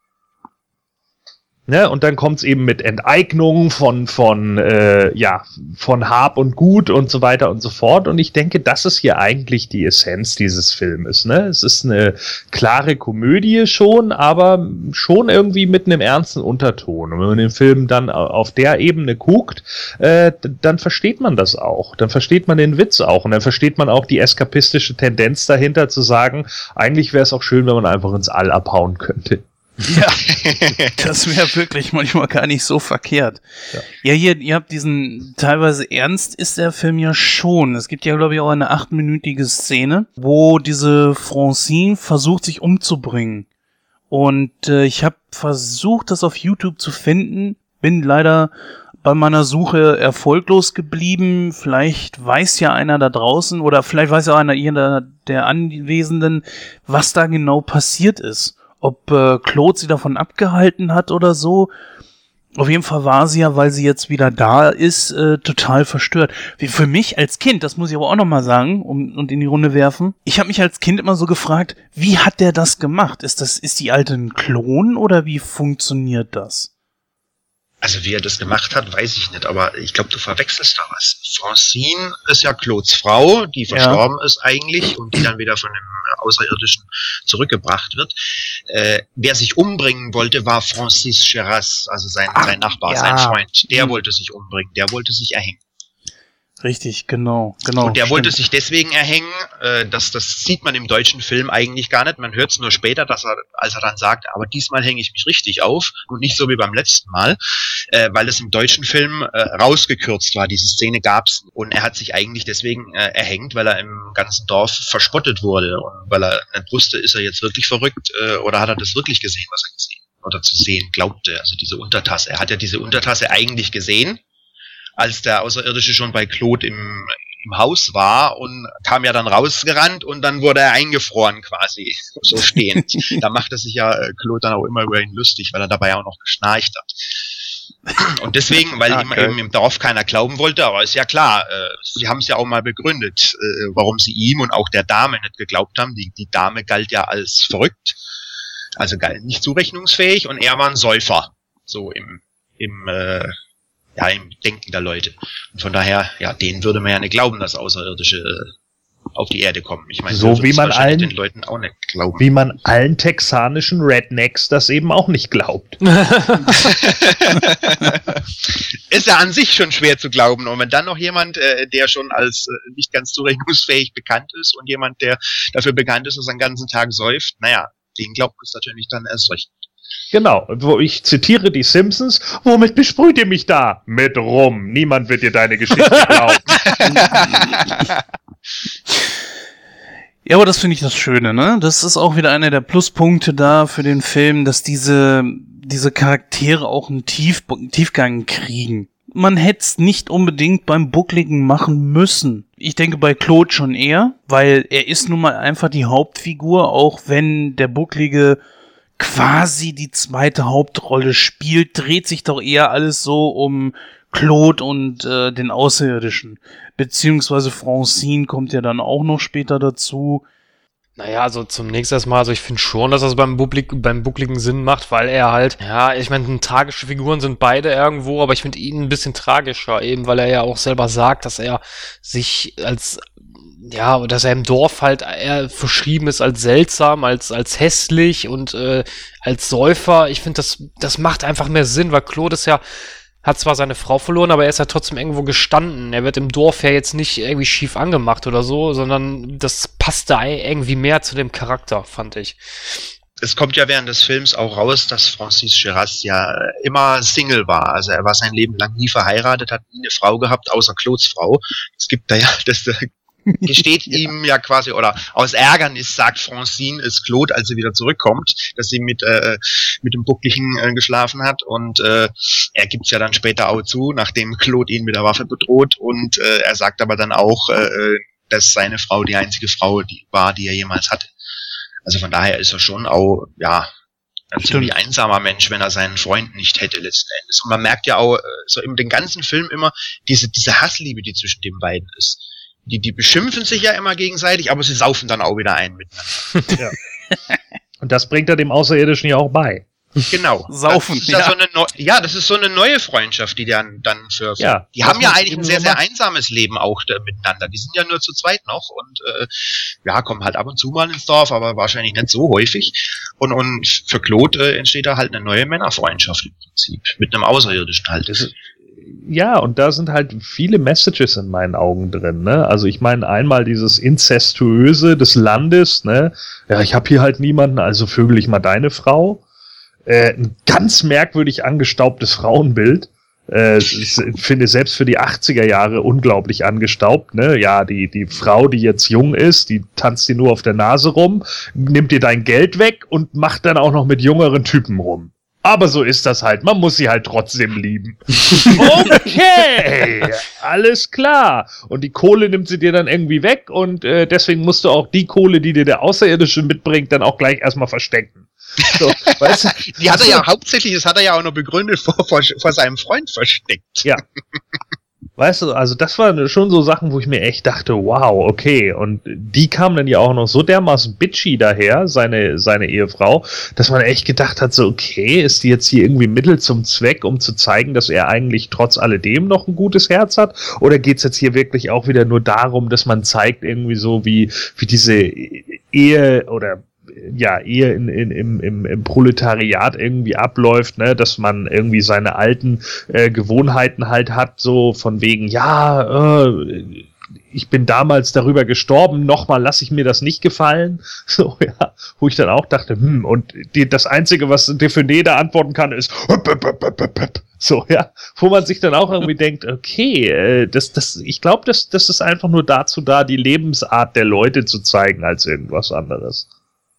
Ne, und dann kommt's eben mit Enteignung von Hab und Gut und so weiter und so fort. Und ich denke, das ist hier eigentlich die Essenz dieses Filmes. Ne? Es ist eine klare Komödie schon, aber schon irgendwie mit einem ernsten Unterton. Und wenn man den Film dann auf der Ebene guckt, dann versteht man das auch. Dann versteht man den Witz auch. Und dann versteht man auch die eskapistische Tendenz dahinter zu sagen, eigentlich wäre es auch schön, wenn man einfach ins All abhauen könnte. Ja, das wäre wirklich manchmal gar nicht so verkehrt. Ja, hier, ihr habt diesen, teilweise ernst ist der Film ja schon. Es gibt ja, glaube ich, auch eine 8-minütige Szene, wo diese Francine versucht, sich umzubringen. Und ich habe versucht, das auf YouTube zu finden, bin leider bei meiner Suche erfolglos geblieben. Vielleicht weiß ja einer da draußen oder vielleicht weiß ja einer der Anwesenden, was da genau passiert ist. Ob Claude sie davon abgehalten hat oder so. Auf jeden Fall war sie ja, weil sie jetzt wieder da ist, total verstört. Wie für mich als Kind, das muss ich aber auch nochmal sagen und in die Runde werfen. Ich habe mich als Kind immer so gefragt, wie hat der das gemacht? Ist die alte ein Klon oder wie funktioniert das? Also wie er das gemacht hat, weiß ich nicht, aber ich glaube, du verwechselst da was. Francine ist ja Claudes Frau, die verstorben ist eigentlich und die dann wieder von einem Außerirdischen zurückgebracht wird. Wer sich umbringen wollte, war Francis Cheras, also sein Nachbar, sein Freund. Der wollte sich umbringen, der wollte sich erhängen. Richtig, genau. Und der wollte sich deswegen erhängen, das sieht man im deutschen Film eigentlich gar nicht. Man hört es nur später, als er dann sagt, aber diesmal hänge ich mich richtig auf und nicht so wie beim letzten Mal, weil es im deutschen Film rausgekürzt war. Diese Szene gab's und er hat sich eigentlich deswegen erhängt, weil er im ganzen Dorf verspottet wurde und weil er nicht wusste, ist er jetzt wirklich verrückt oder hat er das wirklich gesehen, was er gesehen oder zu sehen glaubte. Also diese Untertasse. Er hat ja diese Untertasse eigentlich gesehen, als der Außerirdische schon bei Claude im Haus war und kam ja dann rausgerannt und dann wurde er eingefroren quasi, so stehend. Da machte sich ja Claude dann auch immer über ihn lustig, weil er dabei auch noch geschnarcht hat. Und deswegen, weil ihm eben im Dorf keiner glauben wollte, aber ist ja klar, sie haben es ja auch mal begründet, warum sie ihm und auch der Dame nicht geglaubt haben. Die Dame galt ja als verrückt, also nicht zurechnungsfähig und er war ein Säufer, so im Denken der Leute. Und von daher, ja, denen würde man ja nicht glauben, dass Außerirdische auf die Erde kommen. Ich meine, so wie man den Leuten auch nicht glauben. Wie man allen texanischen Rednecks das eben auch nicht glaubt. Ist ja an sich schon schwer zu glauben. Und wenn dann noch jemand, der schon als nicht ganz zurechnungsfähig bekannt ist und jemand, der dafür bekannt ist, dass er den ganzen Tag säuft, naja, den glaubt es natürlich dann erst recht. Genau, wo ich zitiere die Simpsons, womit besprüht ihr mich da? Mit Rum. Niemand wird dir deine Geschichte glauben. Ja, aber das finde ich das Schöne, ne? Das ist auch wieder einer der Pluspunkte da für den Film, dass diese Charaktere auch einen Tiefgang kriegen. Man hätte es nicht unbedingt beim Buckligen machen müssen. Ich denke bei Claude schon eher, weil er ist nun mal einfach die Hauptfigur, auch wenn der Bucklige quasi die zweite Hauptrolle spielt, dreht sich doch eher alles so um Claude und den Außerirdischen. Beziehungsweise Francine kommt ja dann auch noch später dazu. Naja, also zunächst erstmal, also ich finde schon, dass das beim Buckligen Sinn macht, weil er halt, ja, ich meine, tragische Figuren sind beide irgendwo, aber ich finde ihn ein bisschen tragischer, eben weil er ja auch selber sagt, dass er sich als, ja, dass er im Dorf halt eher verschrieben ist als seltsam, als hässlich und als Säufer. Ich finde, das macht einfach mehr Sinn, weil Claude ist ja, hat zwar seine Frau verloren, aber er ist ja trotzdem irgendwo gestanden. Er wird im Dorf ja jetzt nicht irgendwie schief angemacht oder so, sondern das passt da irgendwie mehr zu dem Charakter, fand ich. Es kommt ja während des Films auch raus, dass Francis Geras ja immer Single war. Also er war sein Leben lang nie verheiratet, hat nie eine Frau gehabt, außer Claudes Frau. Es gibt da ja, das gesteht ihm ja quasi, oder aus Ärgernis sagt Francine, ist Claude, als sie wieder zurückkommt, dass sie mit dem Buckligen geschlafen hat, und er gibt's ja dann später auch zu, nachdem Claude ihn mit der Waffe bedroht, und er sagt aber dann auch, dass seine Frau die einzige Frau die er jemals hatte. Also von daher ist er schon auch, ja, ein ziemlich einsamer Mensch, wenn er seinen Freund nicht hätte letzten Endes. Und man merkt ja auch so in den ganzen Film immer diese Hassliebe, die zwischen den beiden ist. Die beschimpfen sich ja immer gegenseitig, aber sie saufen dann auch wieder ein miteinander. Ja. Und das bringt er dem Außerirdischen ja auch bei. Genau. Saufen, das ist das ist so eine neue Freundschaft, die dann für so. Ja, die haben ja eigentlich ein sehr, sehr einsames Leben auch miteinander. Die sind ja nur zu zweit noch und kommen halt ab und zu mal ins Dorf, aber wahrscheinlich nicht so häufig. Und für Claude entsteht da halt eine neue Männerfreundschaft im Prinzip. Mit einem Außerirdischen halt. Ja, und da sind halt viele Messages in meinen Augen drin, ne? Also ich meine, einmal dieses Inzestuöse des Landes, ne? Ja, ich habe hier halt niemanden, also vögel ich mal deine Frau. Ein ganz merkwürdig angestaubtes Frauenbild. Ich finde selbst für die 80er Jahre unglaublich angestaubt, ne? Ja, die Frau, die jetzt jung ist, die tanzt dir nur auf der Nase rum, nimmt dir dein Geld weg und macht dann auch noch mit jüngeren Typen rum. Aber so ist das halt. Man muss sie halt trotzdem lieben. Okay, alles klar. Und die Kohle nimmt sie dir dann irgendwie weg und deswegen musst du auch die Kohle, die dir der Außerirdische mitbringt, dann auch gleich erstmal verstecken. So, weißt du? Die hat er ja hauptsächlich, das hat er ja auch noch begründet, vor seinem Freund versteckt. Ja. Weißt du, also das waren schon so Sachen, wo ich mir echt dachte, wow, okay. Und die kamen dann ja auch noch so dermaßen bitchy daher, seine Ehefrau, dass man echt gedacht hat, so okay, ist die jetzt hier irgendwie Mittel zum Zweck, um zu zeigen, dass er eigentlich trotz alledem noch ein gutes Herz hat? Oder geht's jetzt hier wirklich auch wieder nur darum, dass man zeigt irgendwie so, wie diese Ehe oder Ehe im Proletariat irgendwie abläuft, ne, dass man irgendwie seine alten Gewohnheiten halt hat, so von wegen, ich bin damals darüber gestorben, nochmal lasse ich mir das nicht gefallen. So, ja, wo ich dann auch dachte, und das Einzige, was Defune da antworten kann, ist so, ja, wo man sich dann auch irgendwie denkt, okay, ich glaube, das ist einfach nur dazu da, die Lebensart der Leute zu zeigen, als irgendwas anderes.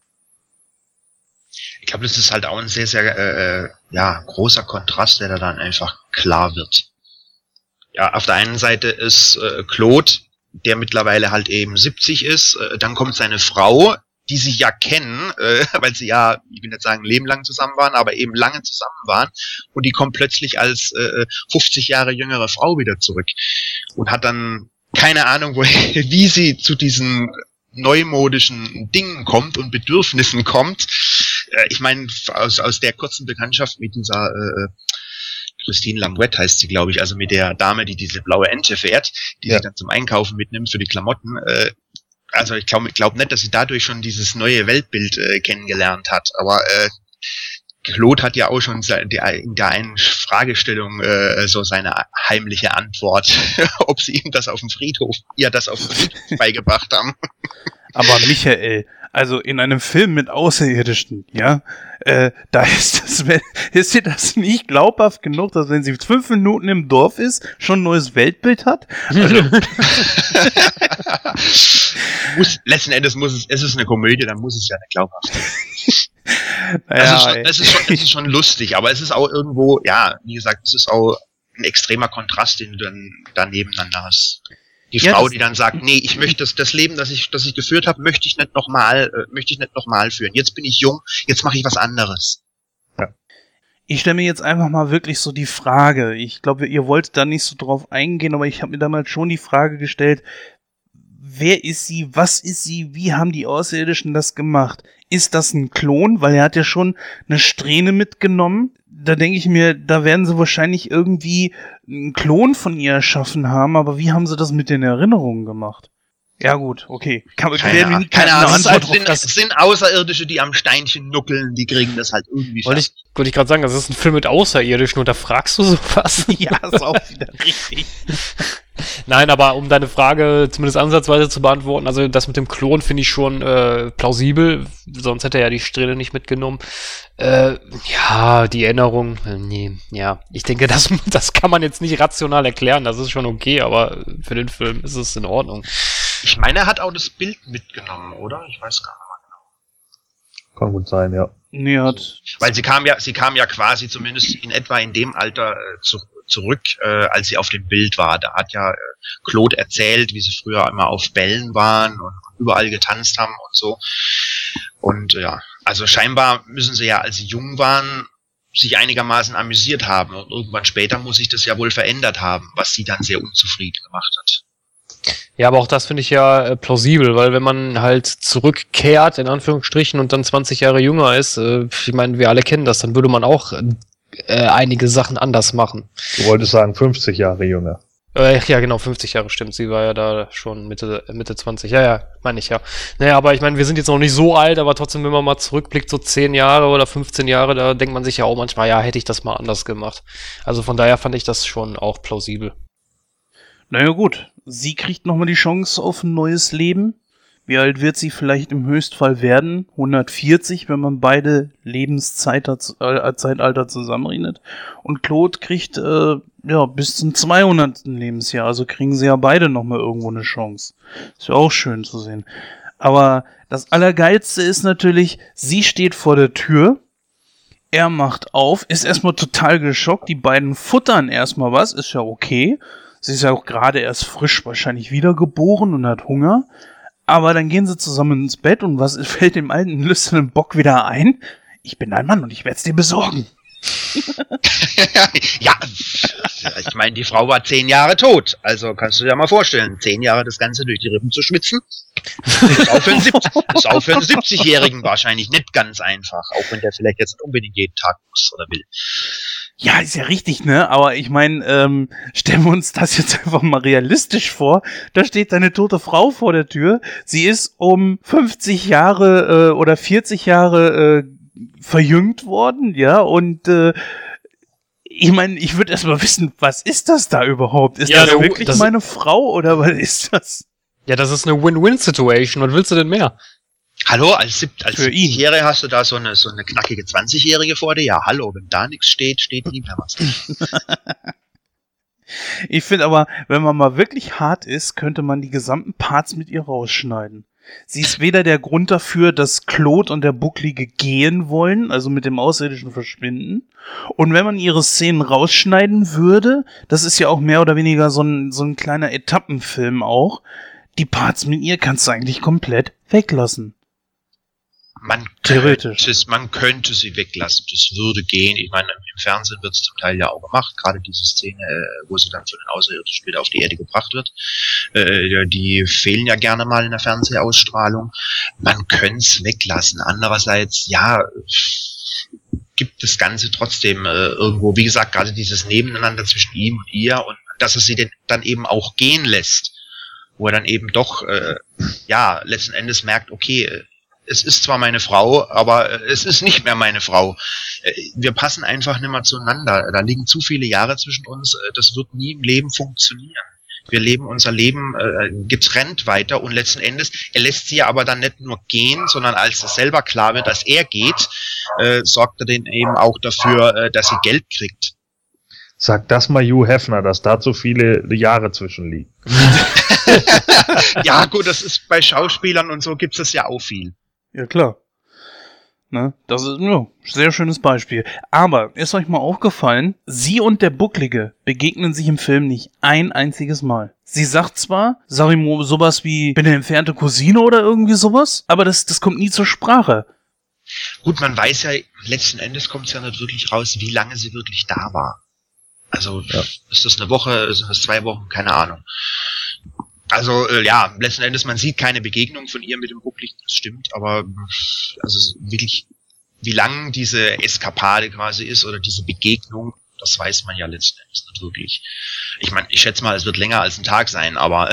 Ich glaube, das ist halt auch ein sehr, sehr großer Kontrast, der da dann einfach klar wird. Ja, auf der einen Seite ist Claude, der mittlerweile halt eben 70 ist, dann kommt seine Frau, die sie ja kennen, weil sie ja, ich will nicht sagen Leben lang zusammen waren, aber eben lange zusammen waren, und die kommt plötzlich als 50 Jahre jüngere Frau wieder zurück und hat dann keine Ahnung, wie sie zu diesen neumodischen Dingen kommt und Bedürfnissen kommt. Ich meine, aus der kurzen Bekanntschaft mit dieser Christine Langouette heißt sie, glaube ich, also mit der Dame, die diese blaue Ente fährt, die sich dann zum Einkaufen mitnimmt für die Klamotten, also ich glaub nicht, dass sie dadurch schon dieses neue Weltbild kennengelernt hat, aber Claude hat ja auch schon in der einen Fragestellung so seine heimliche Antwort, ob sie ihm das auf dem Friedhof beigebracht haben. Aber Michael, also in einem Film mit Außerirdischen, ja, da ist dir das nicht glaubhaft genug, dass wenn sie 5 Minuten im Dorf ist, schon ein neues Weltbild hat? Also, letzten Endes es ist eine Komödie, dann muss es ja nicht glaubhaft sein. naja, Es ist schon lustig, aber es ist auch irgendwo, ja, wie gesagt, es ist auch ein extremer Kontrast, den du dann da nebeneinander hast. Die Frau, die dann sagt, nee, ich möchte das Leben, das ich geführt habe, möchte ich nicht noch mal führen. Jetzt bin ich jung, jetzt mache ich was anderes. Ja. Ich stelle mir jetzt einfach mal wirklich so die Frage, ich glaube, ihr wolltet da nicht so drauf eingehen, aber ich habe mir damals schon die Frage gestellt, wer ist sie, was ist sie, wie haben die Außerirdischen das gemacht? Ist das ein Klon? Weil er hat ja schon eine Strähne mitgenommen. Da denke ich mir, da werden sie wahrscheinlich irgendwie einen Klon von ihr erschaffen haben, aber wie haben sie das mit den Erinnerungen gemacht? Ja gut, okay. Keine Ahnung. Das sind Außerirdische, die am Steinchen nuckeln, die kriegen das halt irgendwie Wollte ich gerade sagen, das ist ein Film mit Außerirdischen und da fragst du sowas? Ja, ist auch wieder richtig. Nein, aber um deine Frage zumindest ansatzweise zu beantworten, also das mit dem Klon finde ich schon plausibel, sonst hätte er ja die Strähne nicht mitgenommen. Ja, die Erinnerung, nee, ja. Ich denke, das kann man jetzt nicht rational erklären, das ist schon okay, aber für den Film ist es in Ordnung. Ich meine, er hat auch das Bild mitgenommen, oder? Ich weiß gar nicht mehr genau. Kann gut sein, ja. Nee, weil sie kam ja quasi zumindest in etwa in dem Alter zurück, als sie auf dem Bild war. Da hat ja Claude erzählt, wie sie früher immer auf Bällen waren und überall getanzt haben und so. Und ja, also scheinbar müssen sie ja, als sie jung waren, sich einigermaßen amüsiert haben. Und irgendwann später muss sich das ja wohl verändert haben, was sie dann sehr unzufrieden gemacht hat. Ja, aber auch das finde ich ja plausibel, weil wenn man halt zurückkehrt, in Anführungsstrichen, und dann 20 Jahre jünger ist, ich meine, wir alle kennen das, dann würde man auch einige Sachen anders machen. Du wolltest sagen 50 Jahre jünger. Ja, genau, 50 Jahre stimmt. Sie war ja da schon Mitte 20. Ja, meine ich ja. Naja, aber ich meine, wir sind jetzt noch nicht so alt, aber trotzdem, wenn man mal zurückblickt, so 10 Jahre oder 15 Jahre, da denkt man sich ja auch manchmal, ja, hätte ich das mal anders gemacht. Also von daher fand ich das schon auch plausibel. Naja gut, sie kriegt nochmal die Chance auf ein neues Leben. Wie alt wird sie vielleicht im Höchstfall werden? 140, wenn man beide Lebenszeitalter zusammenrechnet. Und Claude kriegt bis zum 200. Lebensjahr. Also kriegen sie ja beide nochmal irgendwo eine Chance. Ist ja auch schön zu sehen. Aber das Allergeilste ist natürlich, sie steht vor der Tür. Er macht auf, ist erstmal total geschockt. Die beiden futtern erstmal was, ist ja okay. Sie ist ja auch gerade erst frisch wahrscheinlich wiedergeboren und hat Hunger. Aber dann gehen sie zusammen ins Bett und was fällt dem alten lüsternen Bock wieder ein? Ich bin dein Mann und ich werde es dir besorgen. Ja, ich meine, die Frau war 10 Jahre tot. Also kannst du dir mal vorstellen, 10 Jahre das Ganze durch die Rippen zu schwitzen. Das ist auch für einen 70-Jährigen wahrscheinlich nicht ganz einfach. Auch wenn der vielleicht jetzt nicht unbedingt jeden Tag muss oder will. Ja, ist ja richtig, ne? Aber ich meine, stellen wir uns das jetzt einfach mal realistisch vor. Da steht deine tote Frau vor der Tür. Sie ist um 50 Jahre oder 40 Jahre verjüngt worden, ja, und ich meine, ich würde erstmal wissen, was ist das da überhaupt? Ist das wirklich meine Frau oder was ist das? Ja, das ist eine Win-Win-Situation. Was willst du denn mehr? Hallo, als 70-Jährige hast du da so eine knackige 20-Jährige vor dir? Ja, hallo, wenn da nichts steht, steht nie mehr was. Ich finde aber, wenn man mal wirklich hart ist, könnte man die gesamten Parts mit ihr rausschneiden. Sie ist weder der Grund dafür, dass Claude und der Bucklige gehen wollen, also mit dem Außerirdischen verschwinden. Und wenn man ihre Szenen rausschneiden würde, das ist ja auch mehr oder weniger so ein kleiner Etappenfilm auch, die Parts mit ihr kannst du eigentlich komplett weglassen. Man könnte sie weglassen, das würde gehen. Ich meine, im Fernsehen wird es zum Teil ja auch gemacht, gerade diese Szene, wo sie dann von den Außerirdischen wieder auf die Erde gebracht wird. Die fehlen ja gerne mal in der Fernsehausstrahlung. Man könnte es weglassen. Andererseits, ja, gibt das Ganze trotzdem irgendwo, wie gesagt, gerade dieses Nebeneinander zwischen ihm und ihr und dass er sie dann eben auch gehen lässt. wo er dann eben doch, letzten Endes merkt, okay, es ist zwar meine Frau, aber es ist nicht mehr meine Frau. Wir passen einfach nicht mehr zueinander. Da liegen zu viele Jahre zwischen uns. Das wird nie im Leben funktionieren. Wir leben unser Leben getrennt weiter und letzten Endes, er lässt sie ja aber dann nicht nur gehen, sondern als es selber klar wird, dass er geht, sorgt er den eben auch dafür, dass sie Geld kriegt. Sag das mal Hugh Hefner, dass da so viele Jahre zwischen liegen. Ja gut, das ist bei Schauspielern und so gibt's das ja auch viel. Ja, klar. Ne? Das ist ein sehr schönes Beispiel. Aber ist euch mal aufgefallen, sie und der Bucklige begegnen sich im Film nicht ein einziges Mal. Sie sagt zwar, sag ich mal, sowas wie, bin eine entfernte Cousine oder irgendwie sowas, aber das kommt nie zur Sprache. Gut, man weiß ja, letzten Endes kommt es ja nicht wirklich raus, wie lange sie wirklich da war. Also, ist das eine Woche, sind das 2 Wochen, keine Ahnung. Also, letzten Endes, man sieht keine Begegnung von ihr mit dem Buckligen, das stimmt, aber also wirklich, wie lang diese Eskapade quasi ist oder diese Begegnung, das weiß man ja letzten Endes nicht wirklich. Ich meine, ich schätze mal, es wird länger als ein Tag sein, aber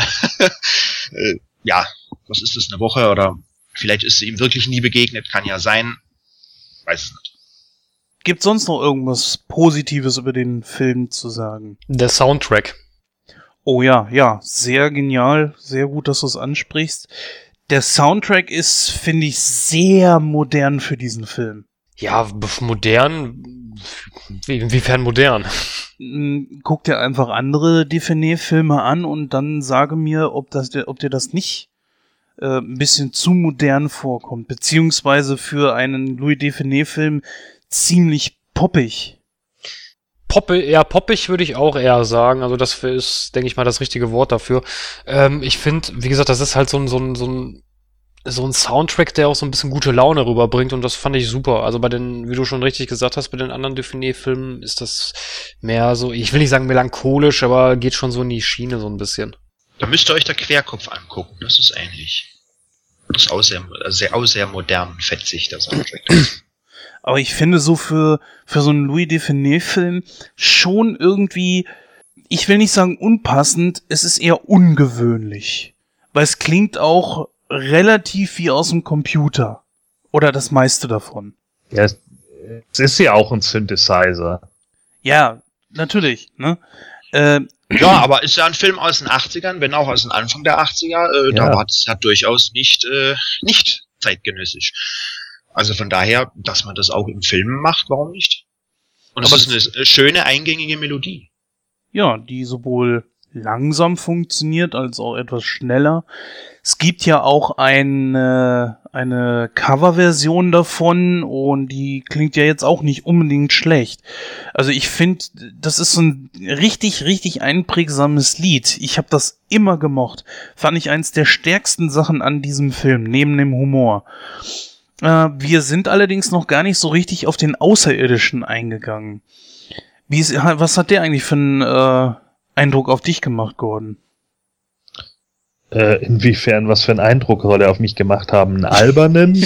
was ist das, eine Woche oder vielleicht ist sie ihm wirklich nie begegnet, kann ja sein, weiß es nicht. Gibt sonst noch irgendwas Positives über den Film zu sagen? Der Soundtrack. Oh ja, sehr genial, sehr gut, dass du es ansprichst. Der Soundtrack ist, finde ich, sehr modern für diesen Film. Ja, modern? Inwiefern modern? Guck dir einfach andere Define-Filme an und dann sage mir, ob dir das nicht ein bisschen zu modern vorkommt, beziehungsweise für einen Louis Define-Film ziemlich poppig. Poppig würde ich auch eher sagen. Also das ist, denke ich mal, das richtige Wort dafür. Ich finde, wie gesagt, das ist halt so ein Soundtrack, der auch so ein bisschen gute Laune rüberbringt und das fand ich super. Also bei den, wie du schon richtig gesagt hast, bei den anderen Define-Filmen ist das mehr so, ich will nicht sagen melancholisch, aber geht schon so in die Schiene so ein bisschen. Da müsst ihr euch der Querkopf angucken, das ist ähnlich. Das ist auch sehr modern, fetzig, der Soundtrack. Aber ich finde so für so einen Louis Define-Film schon irgendwie, ich will nicht sagen unpassend, es ist eher ungewöhnlich. Weil es klingt auch relativ wie aus dem Computer. Oder das meiste davon. Ja, es ist ja auch ein Synthesizer. Ja, natürlich, ne? Ja, aber ist ja ein Film aus den 80ern, wenn auch aus dem Anfang der 80er, da war es ja durchaus nicht zeitgenössisch. Also von daher, dass man das auch im Film macht, warum nicht? Und aber es ist eine schöne, eingängige Melodie. Ja, die sowohl langsam funktioniert, als auch etwas schneller. Es gibt ja auch eine Coverversion davon und die klingt ja jetzt auch nicht unbedingt schlecht. Also ich finde, das ist so ein richtig, richtig einprägsames Lied. Ich habe das immer gemocht. Fand ich eins der stärksten Sachen an diesem Film, neben dem Humor. Wir sind allerdings noch gar nicht so richtig auf den Außerirdischen eingegangen. Was hat der eigentlich für einen Eindruck auf dich gemacht, Gordon? Inwiefern, was für einen Eindruck soll er auf mich gemacht haben? Einen albernen?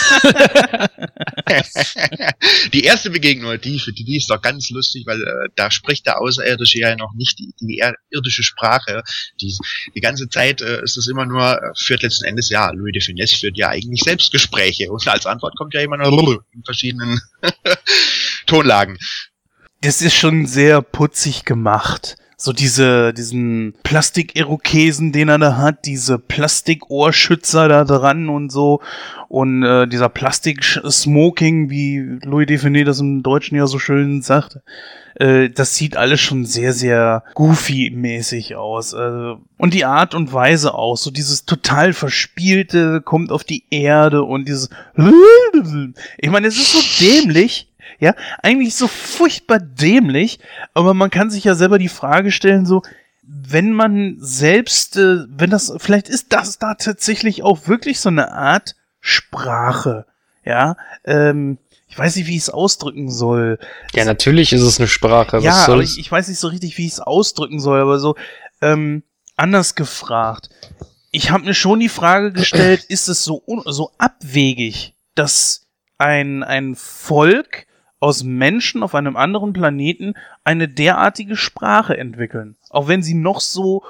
Die erste Begegnung, die ist doch ganz lustig, weil da spricht der Außerirdische ja noch nicht die irdische Sprache. Die ganze Zeit ist es immer nur, führt letzten Endes, ja, Louis de Funès führt ja eigentlich Selbstgespräche und als Antwort kommt ja immer nur in verschiedenen Tonlagen. Das ist schon sehr putzig gemacht. So diesen Plastik-Irokesen, den er da hat, diese Plastikohrschützer da dran und so. Und dieser Plastik-Smoking, wie Louis Define das im Deutschen ja so schön sagt. Das sieht alles schon sehr, sehr goofy-mäßig aus. Und die Art und Weise auch. So dieses total Verspielte kommt auf die Erde und dieses ich meine, es ist so dämlich. Ja, eigentlich so furchtbar dämlich, aber man kann sich ja selber die Frage stellen, so, wenn man selbst, vielleicht ist das da tatsächlich auch wirklich so eine Art Sprache, ja, ich weiß nicht, wie ich es ausdrücken soll. Ja, natürlich ist es eine Sprache. Ja, aber ich weiß nicht so richtig, wie ich es ausdrücken soll, aber so, anders gefragt. Ich habe mir schon die Frage gestellt, ist es so abwegig, dass ein Volk aus Menschen auf einem anderen Planeten eine derartige Sprache entwickeln. Auch wenn sie noch so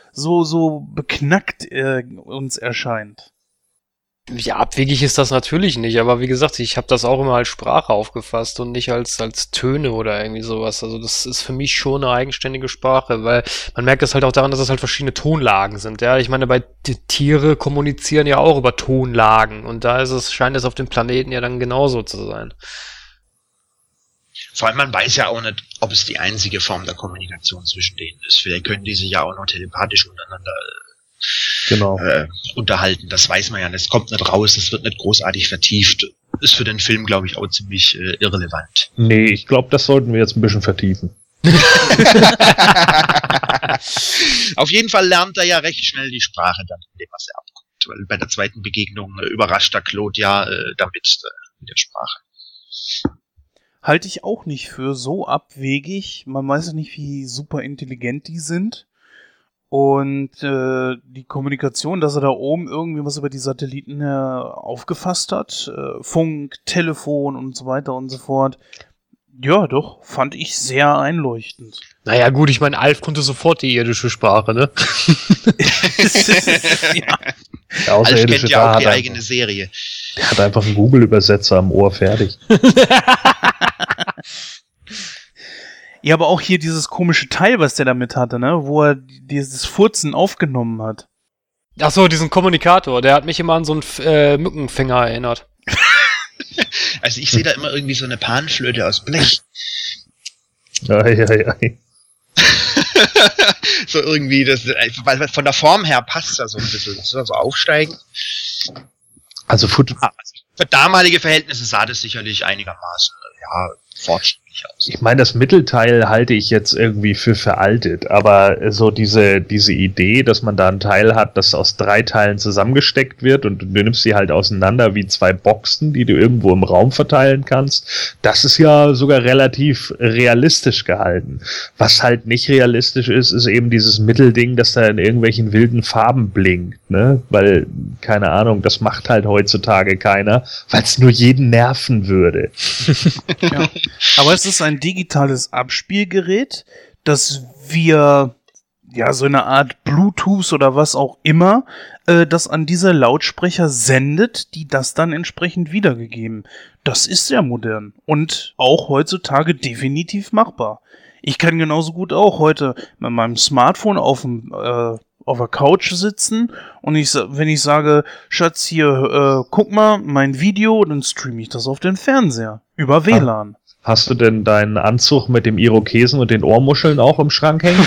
so beknackt uns erscheint. Ja, abwegig ist das natürlich nicht, aber wie gesagt, ich habe das auch immer als Sprache aufgefasst und nicht als Töne oder irgendwie sowas. Also das ist für mich schon eine eigenständige Sprache, weil man merkt das halt auch daran, dass es halt verschiedene Tonlagen sind. Ja, ich meine, die Tiere kommunizieren ja auch über Tonlagen und da scheint es auf dem Planeten ja dann genauso zu sein. Vor allem, man weiß ja auch nicht, ob es die einzige Form der Kommunikation zwischen denen ist. Vielleicht können die sich ja auch noch telepathisch untereinander unterhalten. Das weiß man ja nicht. Es kommt nicht raus, es wird nicht großartig vertieft. Ist für den Film, glaube ich, auch ziemlich irrelevant. Nee, ich glaube, das sollten wir jetzt ein bisschen vertiefen. Auf jeden Fall lernt er ja recht schnell die Sprache dann, indem er sie abguckt. Weil bei der zweiten Begegnung überrascht der Claude ja damit mit der Sprache. Halte ich auch nicht für so abwegig. Man weiß ja nicht, wie super intelligent die sind. Und die Kommunikation, dass er da oben irgendwie was über die Satelliten aufgefasst hat, Funk, Telefon und so weiter und so fort, ja doch, fand ich sehr einleuchtend. Naja gut, ich meine, Alf konnte sofort die irdische Sprache, ne? Ja. Alf kennt ja auch die eigene Serie. Der hat einfach einen Google-Übersetzer am Ohr, fertig. Ja, aber auch hier dieses komische Teil, was der damit hatte, ne? Wo er dieses Furzen aufgenommen hat. Ach so, diesen Kommunikator, der hat mich immer an so einen Mückenfänger erinnert. Also ich sehe da immer irgendwie so eine Panflöte aus Blech. Ei. So irgendwie, weil von der Form her passt das so ein bisschen. Das soll so aufsteigen. Also für damalige Verhältnisse sah das sicherlich einigermaßen fortschrittlich aus. Ich meine, das Mittelteil halte ich jetzt irgendwie für veraltet, aber so diese Idee, dass man da ein Teil hat, das aus 3 Teilen zusammengesteckt wird und du nimmst sie halt auseinander wie 2 Boxen, die du irgendwo im Raum verteilen kannst, das ist ja sogar relativ realistisch gehalten. Was halt nicht realistisch ist, ist eben dieses Mittelding, das da in irgendwelchen wilden Farben blinkt, ne? Weil, keine Ahnung, das macht halt heutzutage keiner, weil es nur jeden nerven würde. Ja. Aber es ist ein digitales Abspielgerät, das wir, ja, so eine Art Bluetooth oder was auch immer, das an diese Lautsprecher sendet, die das dann entsprechend wiedergegeben. Das ist sehr modern und auch heutzutage definitiv machbar. Ich kann genauso gut auch heute mit meinem Smartphone auf der Couch sitzen und wenn ich sage, Schatz, hier, guck mal, mein Video, dann streame ich das auf den Fernseher über WLAN. Hast du denn deinen Anzug mit dem Irokesen und den Ohrmuscheln auch im Schrank hängen?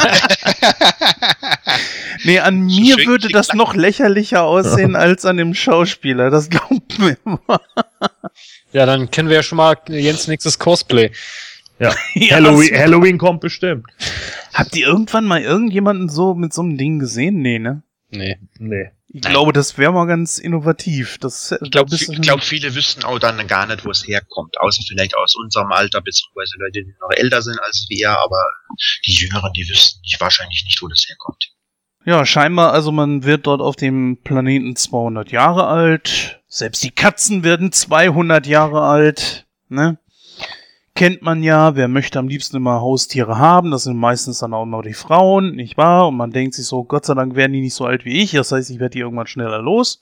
Nee, an mir würde das noch lächerlicher aussehen als an dem Schauspieler, das glaubt mir mal. Ja, dann kennen wir ja schon mal Jens nächstes Cosplay. Ja, Ja, Halloween kommt bestimmt. Habt ihr irgendwann mal irgendjemanden so mit so einem Ding gesehen? Nee, ne? Nee. Ich glaube, das wäre mal ganz innovativ. Ich glaube, viele wüssten auch dann gar nicht, wo es herkommt. Außer vielleicht aus unserem Alter, beziehungsweise Leute, die noch älter sind als wir. Aber die Jüngeren, die wüssten wahrscheinlich nicht, wo das herkommt. Ja, scheinbar, also man wird dort auf dem Planeten 200 Jahre alt. Selbst die Katzen werden 200 Jahre alt. Ne? Kennt man ja, wer möchte am liebsten immer Haustiere haben, das sind meistens dann auch immer die Frauen, nicht wahr? Und man denkt sich so, Gott sei Dank werden die nicht so alt wie ich, das heißt, ich werde die irgendwann schneller los.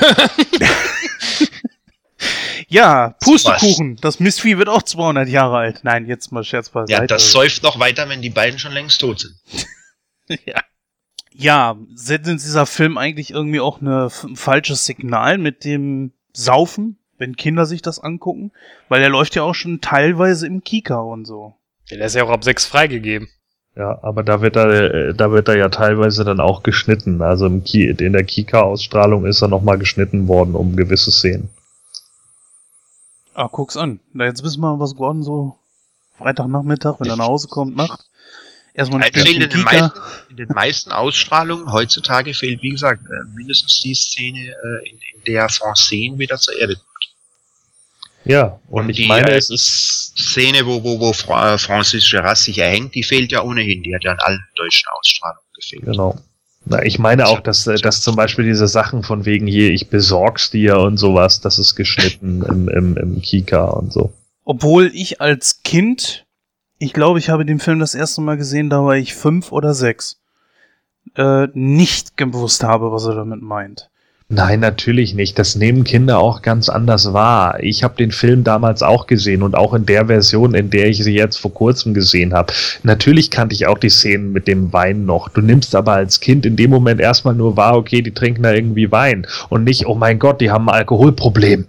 Ja, Pustekuchen, das Mistvieh wird auch 200 Jahre alt. Nein, jetzt mal Scherz beiseite. Ja, das säuft noch weiter, wenn die beiden schon längst tot sind. Ja, sendet dieser Film eigentlich irgendwie auch ein falsches Signal mit dem Saufen? Wenn Kinder sich das angucken, weil der läuft ja auch schon teilweise im Kika und so. Ja, der ist ja auch ab 6 freigegeben. Ja, aber da wird er ja teilweise dann auch geschnitten. Also in der Kika-Ausstrahlung ist er nochmal geschnitten worden, um gewisse Szenen. Ah, guck's an. Jetzt wissen wir, was Gordon so Freitagnachmittag, wenn er nach Hause kommt, macht. Erstmal ein Stündchen Kika. In den meisten Ausstrahlungen heutzutage fehlt, wie gesagt, mindestens die Szene, in der Francine wieder zur Erde kommt. Ja, und ich meine, es ist Szene, wo Francis Geras sich erhängt, die fehlt ja ohnehin. Die hat ja in allen deutschen Ausstrahlungen gefehlt. Genau. Na, ich meine auch, dass zum Beispiel diese Sachen von wegen hier, ich besorg's dir und sowas, das ist geschnitten im Kika und so. Obwohl ich als Kind, ich glaube, ich habe den Film das erste Mal gesehen, da war ich 5 oder 6. nicht gewusst habe, was er damit meint. Nein, natürlich nicht. Das nehmen Kinder auch ganz anders wahr. Ich habe den Film damals auch gesehen und auch in der Version, in der ich sie jetzt vor kurzem gesehen habe. Natürlich kannte ich auch die Szenen mit dem Wein noch. Du nimmst aber als Kind in dem Moment erstmal nur wahr, okay, die trinken da irgendwie Wein und nicht, oh mein Gott, die haben ein Alkoholproblem.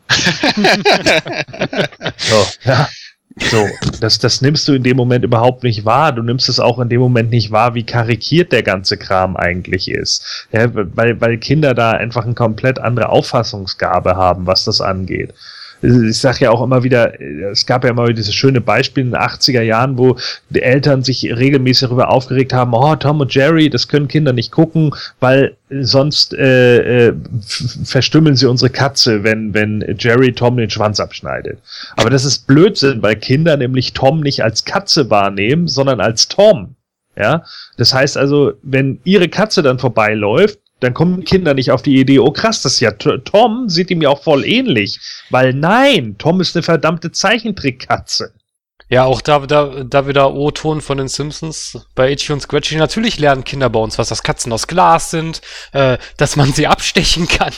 So, ja. So, das nimmst du in dem Moment überhaupt nicht wahr. Du nimmst es auch in dem Moment nicht wahr, wie karikiert der ganze Kram eigentlich ist. Ja, weil Kinder da einfach eine komplett andere Auffassungsgabe haben, was das angeht. Ich sage ja auch immer wieder, es gab ja immer dieses schöne Beispiel in den 80er Jahren, wo die Eltern sich regelmäßig darüber aufgeregt haben, oh, Tom und Jerry, das können Kinder nicht gucken, weil sonst verstümmeln sie unsere Katze, wenn Jerry Tom den Schwanz abschneidet. Aber das ist Blödsinn, weil Kinder nämlich Tom nicht als Katze wahrnehmen, sondern als Tom. Ja, das heißt also, wenn ihre Katze dann vorbeiläuft, dann kommen Kinder nicht auf die Idee, oh krass, das ist ja Tom, sieht ihm ja auch voll ähnlich. Weil nein, Tom ist eine verdammte Zeichentrickkatze. Ja, auch da wieder O-Ton von den Simpsons bei Itchy und Scratchy. Natürlich lernen Kinder bei uns was, dass Katzen aus Glas sind, dass man sie abstechen kann.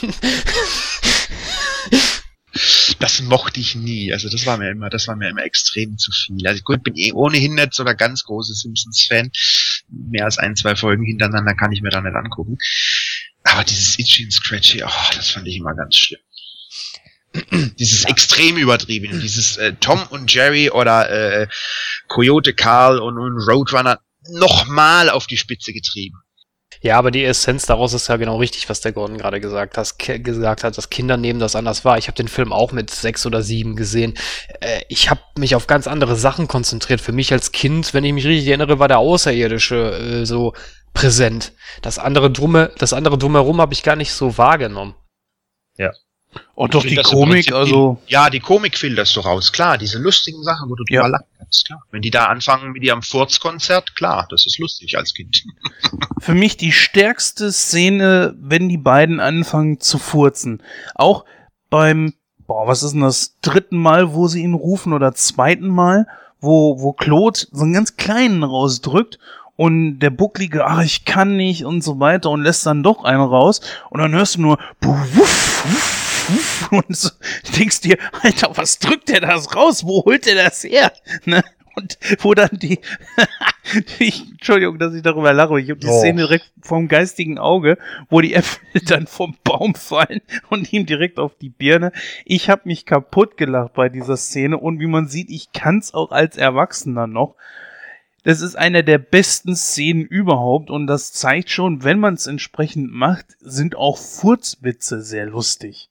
Das mochte ich nie. Also das war mir immer extrem zu viel. Also gut, bin ohnehin nicht so der ganz große Simpsons-Fan. Mehr als 1-2 Folgen hintereinander kann ich mir da nicht angucken. Aber dieses Itchy und Scratchy, das fand ich immer ganz schlimm. Dieses extrem übertriebene, dieses Tom und Jerry oder Coyote Carl und Roadrunner nochmal auf die Spitze getrieben. Ja, aber die Essenz daraus ist ja genau richtig, was der Gordon gerade gesagt hat, dass Kinder nehmen das anders wahr. Ich habe den Film auch mit 6 oder 7 gesehen. Ich habe mich auf ganz andere Sachen konzentriert. Für mich als Kind, wenn ich mich richtig erinnere, war der Außerirdische so präsent. Das andere drumherum habe ich gar nicht so wahrgenommen. Ja. Und doch die Komik, also... Ja, die Komik filterst du raus, klar. Diese lustigen Sachen, wo du drüber lachen kannst, klar. Wenn die da anfangen mit ihrem Furzkonzert, klar, das ist lustig als Kind. Für mich die stärkste Szene, wenn die beiden anfangen zu furzen. Auch beim, was ist denn das, 3. Mal, wo sie ihn rufen, oder 2. Mal, wo Claude so einen ganz kleinen rausdrückt und der Bucklige, ich kann nicht und so weiter und lässt dann doch einen raus und dann hörst du nur wuff, wuff, und so, denkst dir, Alter, was drückt der das raus? Wo holt der das her? Ne? Und wo dann Entschuldigung, dass ich darüber lache, ich habe die Szene direkt vom geistigen Auge, wo die Äpfel dann vom Baum fallen und ihm direkt auf die Birne. Ich habe mich kaputt gelacht bei dieser Szene und wie man sieht, ich kann's auch als Erwachsener noch. Das ist eine der besten Szenen überhaupt und das zeigt schon, wenn man es entsprechend macht, sind auch Furzwitze sehr lustig.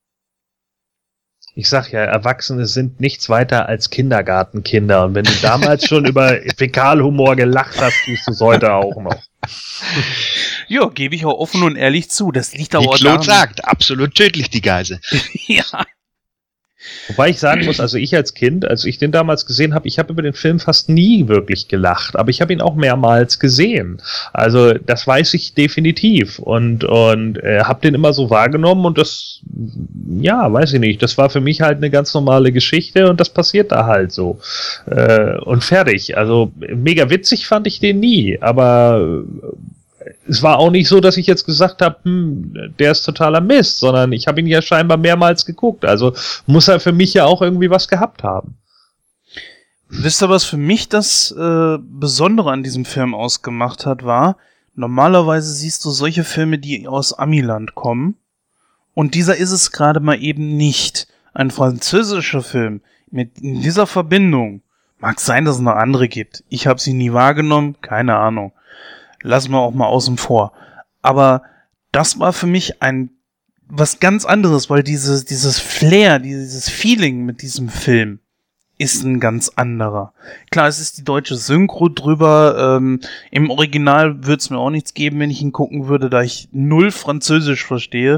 Ich sag ja, Erwachsene sind nichts weiter als Kindergartenkinder. Und wenn du damals schon über Fäkalhumor gelacht hast, tust du es heute auch noch. Ja, gebe ich auch offen und ehrlich zu. Das liegt aber auch daran. Wie Claude sagt, absolut tödlich, die Geise. Ja. Wobei ich sagen muss, also ich als Kind, als ich den damals gesehen habe, ich habe über den Film fast nie wirklich gelacht, aber ich habe ihn auch mehrmals gesehen. Also das weiß ich definitiv und habe den immer so wahrgenommen und das, ja, weiß ich nicht, das war für mich halt eine ganz normale Geschichte und das passiert da halt so. Und fertig. Also mega witzig fand ich den nie, aber es war auch nicht so, dass ich jetzt gesagt habe, der ist totaler Mist, sondern ich habe ihn ja scheinbar mehrmals geguckt. Also muss er für mich ja auch irgendwie was gehabt haben. Wisst ihr, was für mich das Besondere an diesem Film ausgemacht hat, war, normalerweise siehst du solche Filme, die aus Amiland kommen und dieser ist es gerade mal eben nicht. Ein französischer Film mit dieser Verbindung. Mag sein, dass es noch andere gibt. Ich habe sie nie wahrgenommen, keine Ahnung. Lassen wir auch mal außen vor. Aber das war für mich was ganz anderes, weil dieses Flair, dieses Feeling mit diesem Film ist ein ganz anderer. Klar, es ist die deutsche Synchro drüber. Im Original würde es mir auch nichts geben, wenn ich ihn gucken würde, da ich 0 Französisch verstehe.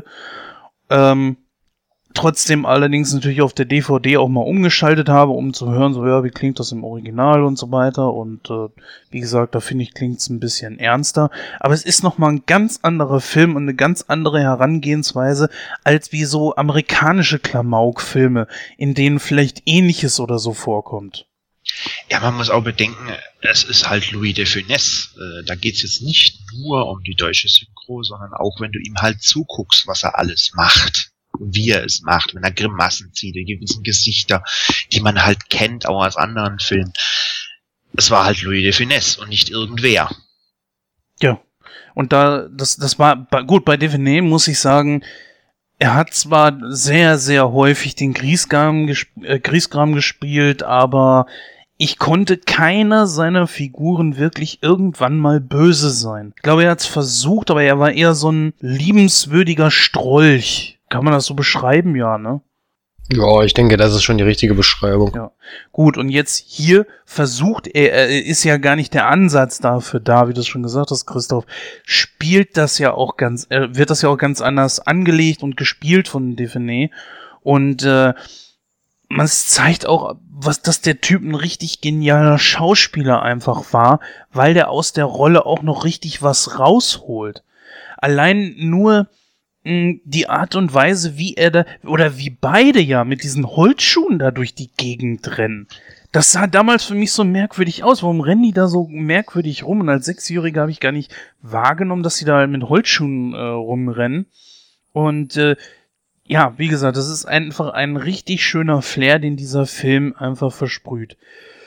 Trotzdem allerdings natürlich auf der DVD auch mal umgeschaltet habe, um zu hören, so ja, wie klingt das im Original und so weiter. Und wie gesagt, da finde ich, klingt es ein bisschen ernster. Aber es ist nochmal ein ganz anderer Film und eine ganz andere Herangehensweise als wie so amerikanische Klamauk-Filme, in denen vielleicht Ähnliches oder so vorkommt. Ja, man muss auch bedenken, es ist halt Louis de Funès. Da geht's jetzt nicht nur um die deutsche Synchro, sondern auch, wenn du ihm halt zuguckst, was er alles macht. Wie er es macht, wenn er Grimassen zieht, die gewissen Gesichter, die man halt kennt, auch aus anderen Filmen. Es war halt Louis de Funès und nicht irgendwer. Ja, und das war gut, bei de Funès muss ich sagen, er hat zwar sehr, sehr häufig den Griesgram gespielt, aber ich konnte keiner seiner Figuren wirklich irgendwann mal böse sein. Ich glaube, er hat es versucht, aber er war eher so ein liebenswürdiger Strolch. Kann man das so beschreiben? Ja, ne? Ja, ich denke, das ist schon die richtige Beschreibung. Ja. Gut, und jetzt hier versucht er ist ja gar nicht der Ansatz dafür da, wie du es schon gesagt hast, Christoph, wird das ja auch ganz anders angelegt und gespielt von de Funès. Und man zeigt auch, dass der Typ ein richtig genialer Schauspieler einfach war, weil der aus der Rolle auch noch richtig was rausholt. Allein nur die Art und Weise, wie er da, oder wie beide ja mit diesen Holzschuhen da durch die Gegend rennen. Das sah damals für mich so merkwürdig aus. Warum rennen die da so merkwürdig rum? Und als Sechsjähriger habe ich gar nicht wahrgenommen, dass sie da mit Holzschuhen rumrennen. Und ja, wie gesagt, das ist einfach ein richtig schöner Flair, den dieser Film einfach versprüht.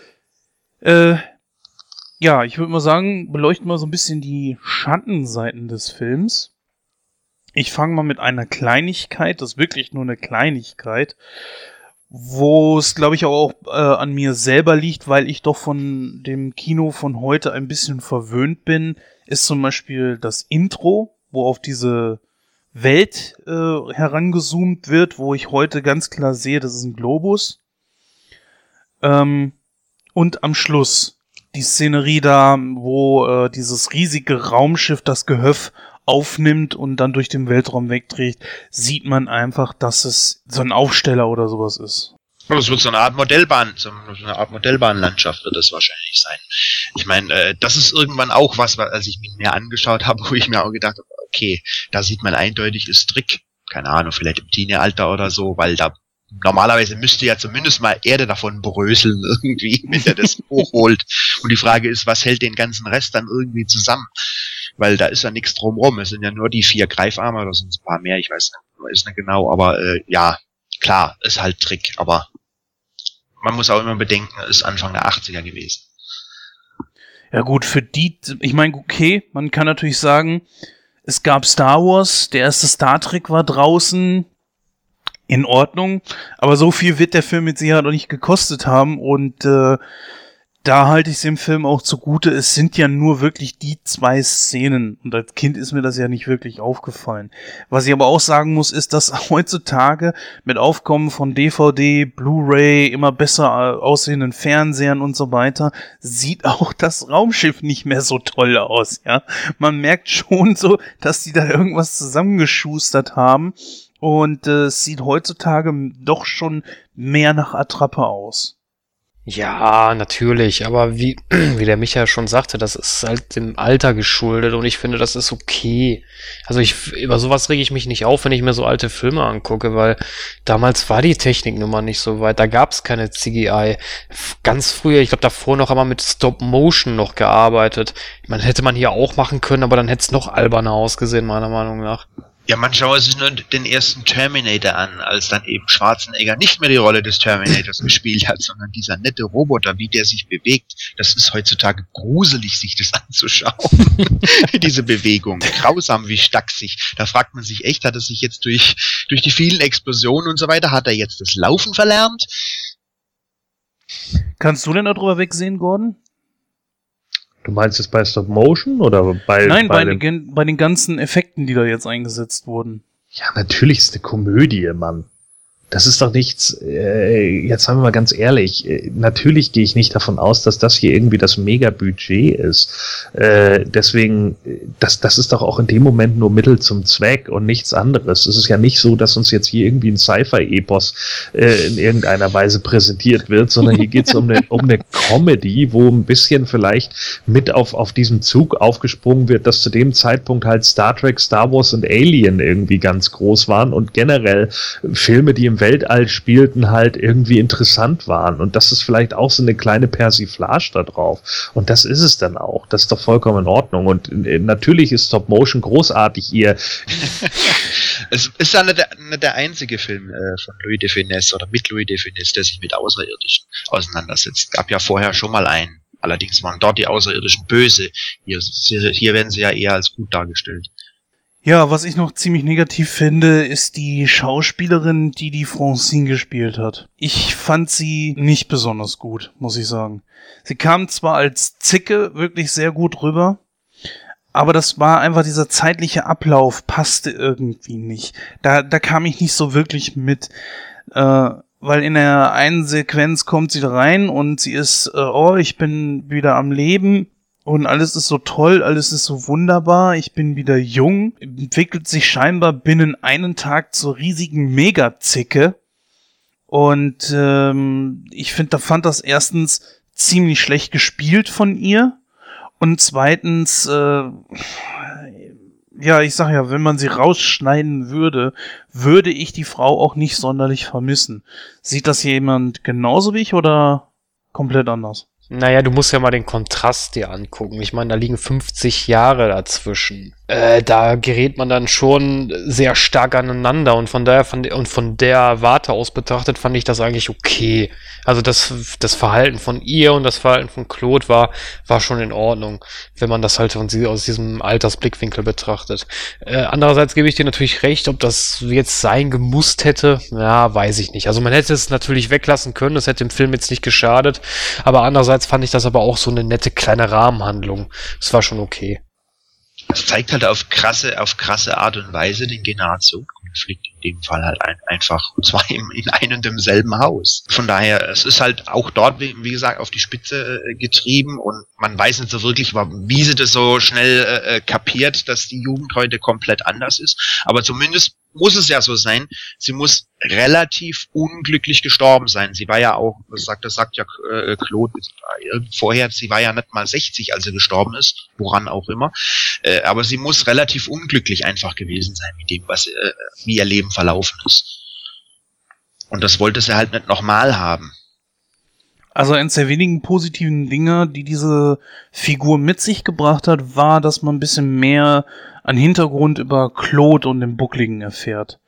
Ja, ich würde mal sagen, beleuchten wir so ein bisschen die Schattenseiten des Films. Ich fange mal mit einer Kleinigkeit, das ist wirklich nur eine Kleinigkeit, wo es, glaube ich, auch an mir selber liegt, weil ich doch von dem Kino von heute ein bisschen verwöhnt bin, ist zum Beispiel das Intro, wo auf diese Welt herangezoomt wird, wo ich heute ganz klar sehe, das ist ein Globus. Und am Schluss die Szenerie da, wo dieses riesige Raumschiff das Gehöft aufnimmt und dann durch den Weltraum wegträgt, sieht man einfach, dass es so ein Aufsteller oder sowas ist. Es wird so eine Art Modellbahnlandschaft wird das wahrscheinlich sein. Ich meine, das ist irgendwann auch was, als ich mir mehr angeschaut habe, wo ich mir auch gedacht habe, okay, da sieht man eindeutig, ist Trick. Keine Ahnung, vielleicht im Teenalter oder so, weil da normalerweise müsste ja zumindest mal Erde davon bröseln irgendwie, wenn er das hochholt. Und die Frage ist, was hält den ganzen Rest dann irgendwie zusammen? Weil da ist ja nichts drumrum. Es sind ja nur die 4 Greifarme oder sind es ein paar mehr, ich weiß nicht genau, aber ja, klar, ist halt Trick, aber man muss auch immer bedenken, ist Anfang der 80er gewesen. Ja gut, für die, ich meine, okay, man kann natürlich sagen, es gab Star Wars, der erste Star Trek war draußen, in Ordnung, aber so viel wird der Film mit Sicherheit noch nicht gekostet haben und da halte ich es im Film auch zugute, es sind ja nur wirklich die 2 Szenen und als Kind ist mir das ja nicht wirklich aufgefallen. Was ich aber auch sagen muss, ist, dass heutzutage mit Aufkommen von DVD, Blu-ray, immer besser aussehenden Fernsehern und so weiter, sieht auch das Raumschiff nicht mehr so toll aus, ja. Man merkt schon so, dass die da irgendwas zusammengeschustert haben und es sieht heutzutage doch schon mehr nach Attrappe aus. Ja, natürlich, aber wie der Micha schon sagte, das ist halt dem Alter geschuldet und ich finde, das ist okay. Also über sowas rege ich mich nicht auf, wenn ich mir so alte Filme angucke, weil damals war die Technik nun mal nicht so weit, da gab's keine CGI. Ganz früher, ich glaube davor noch, haben wir mit Stop-Motion noch gearbeitet. Ich meine, hätte man hier auch machen können, aber dann hätte es noch alberner ausgesehen, meiner Meinung nach. Ja, man schaue sich nur den ersten Terminator an, als dann eben Schwarzenegger nicht mehr die Rolle des Terminators gespielt hat, sondern dieser nette Roboter, wie der sich bewegt. Das ist heutzutage gruselig, sich das anzuschauen. Diese Bewegung. Grausam wie stachsig. Da fragt man sich echt, hat er sich jetzt durch die vielen Explosionen und so weiter, hat er jetzt das Laufen verlernt? Kannst du denn darüber wegsehen, Gordon? Du meinst jetzt bei Stop Motion oder bei... Nein, bei den ganzen Effekten, die da jetzt eingesetzt wurden. Ja, natürlich ist eine Komödie, Mann. Das ist doch nichts, jetzt sagen wir mal ganz ehrlich, natürlich gehe ich nicht davon aus, dass das hier irgendwie das Mega-Budget ist. Deswegen, das ist doch auch in dem Moment nur Mittel zum Zweck und nichts anderes. Es ist ja nicht so, dass uns jetzt hier irgendwie ein Sci-Fi-Epos in irgendeiner Weise präsentiert wird, sondern hier geht es um eine Comedy, wo ein bisschen vielleicht mit auf diesem Zug aufgesprungen wird, dass zu dem Zeitpunkt halt Star Trek, Star Wars und Alien irgendwie ganz groß waren und generell Filme, die im im Weltall spielten, halt irgendwie interessant waren. Und das ist vielleicht auch so eine kleine Persiflage da drauf. Und das ist es dann auch. Das ist doch vollkommen in Ordnung. Und natürlich ist Stop Motion großartig hier. Es ist ja nicht der einzige Film von Louis de Funès oder mit Louis de Funès, der sich mit Außerirdischen auseinandersetzt. Gab ja vorher schon mal einen. Allerdings waren dort die Außerirdischen böse. Hier werden sie ja eher als gut dargestellt. Ja, was ich noch ziemlich negativ finde, ist die Schauspielerin, die Francine gespielt hat. Ich fand sie nicht besonders gut, muss ich sagen. Sie kam zwar als Zicke wirklich sehr gut rüber, aber das war einfach, dieser zeitliche Ablauf passte irgendwie nicht. Da kam ich nicht so wirklich mit, weil in der einen Sequenz kommt sie rein und sie ist, ich bin wieder am Leben und alles ist so toll, alles ist so wunderbar, ich bin wieder jung, entwickelt sich scheinbar binnen einen Tag zur riesigen Megazicke und ich fand das erstens ziemlich schlecht gespielt von ihr und zweitens, ich sag ja, wenn man sie rausschneiden würde, würde ich die Frau auch nicht sonderlich vermissen. Sieht das jemand genauso wie ich oder komplett anders? Naja, du musst ja mal den Kontrast dir angucken. Ich meine, da liegen 50 Jahre dazwischen. Da gerät man dann schon sehr stark aneinander und von der Warte aus betrachtet fand ich das eigentlich okay. Also das Verhalten von ihr und das Verhalten von Claude war schon in Ordnung, wenn man das halt aus diesem Altersblickwinkel betrachtet. Andererseits gebe ich dir natürlich recht, ob das jetzt sein gemusst hätte, ja, weiß ich nicht. Also man hätte es natürlich weglassen können, das hätte dem Film jetzt nicht geschadet, aber andererseits fand ich das aber auch so eine nette kleine Rahmenhandlung. Es war schon okay. Es zeigt halt auf krasse Art und Weise den Generationenkonflikt in dem Fall halt einfach, und zwar in einem und demselben Haus. Von daher, es ist halt auch dort, wie gesagt, auf die Spitze getrieben und man weiß nicht so wirklich, wie sie das so schnell kapiert, dass die Jugend heute komplett anders ist. Aber zumindest muss es ja so sein, sie muss relativ unglücklich gestorben sein. Sie war ja auch, das sagt ja Claude vorher, sie war ja nicht mal 60, als sie gestorben ist, woran auch immer. Aber sie muss relativ unglücklich einfach gewesen sein mit dem, wie ihr Leben verlaufen ist. Und das wollte sie halt nicht nochmal haben. Also eines der wenigen positiven Dinge, die diese Figur mit sich gebracht hat, war, dass man ein bisschen mehr an Hintergrund über Claude und den Buckligen erfährt.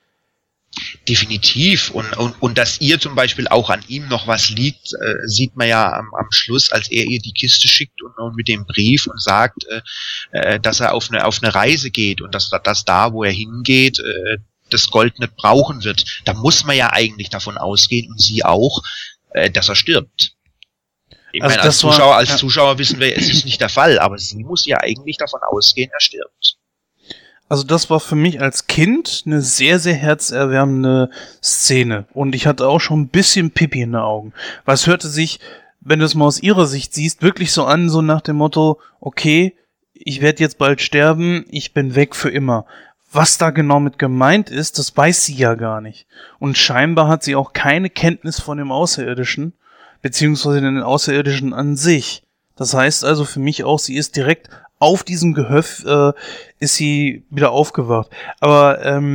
Definitiv. Und dass ihr zum Beispiel auch an ihm noch was liegt, sieht man ja am Schluss, als er ihr die Kiste schickt und mit dem Brief und sagt, dass er auf eine Reise geht und dass da, wo er hingeht, das Gold nicht brauchen wird. Da muss man ja eigentlich davon ausgehen, und sie auch, dass er stirbt. Ich meine, als Zuschauer wissen wir, es ist nicht der Fall, aber sie muss ja eigentlich davon ausgehen, er stirbt. Also das war für mich als Kind eine sehr, sehr herzerwärmende Szene. Und ich hatte auch schon ein bisschen Pipi in den Augen. Weil es hörte sich, wenn du es mal aus ihrer Sicht siehst, wirklich so an, so nach dem Motto, okay, ich werde jetzt bald sterben, ich bin weg für immer. Was da genau mit gemeint ist, das weiß sie ja gar nicht. Und scheinbar hat sie auch keine Kenntnis von dem Außerirdischen, beziehungsweise den Außerirdischen an sich. Das heißt also für mich auch, sie ist direkt auf diesem Gehöft, ist sie wieder aufgewacht. Aber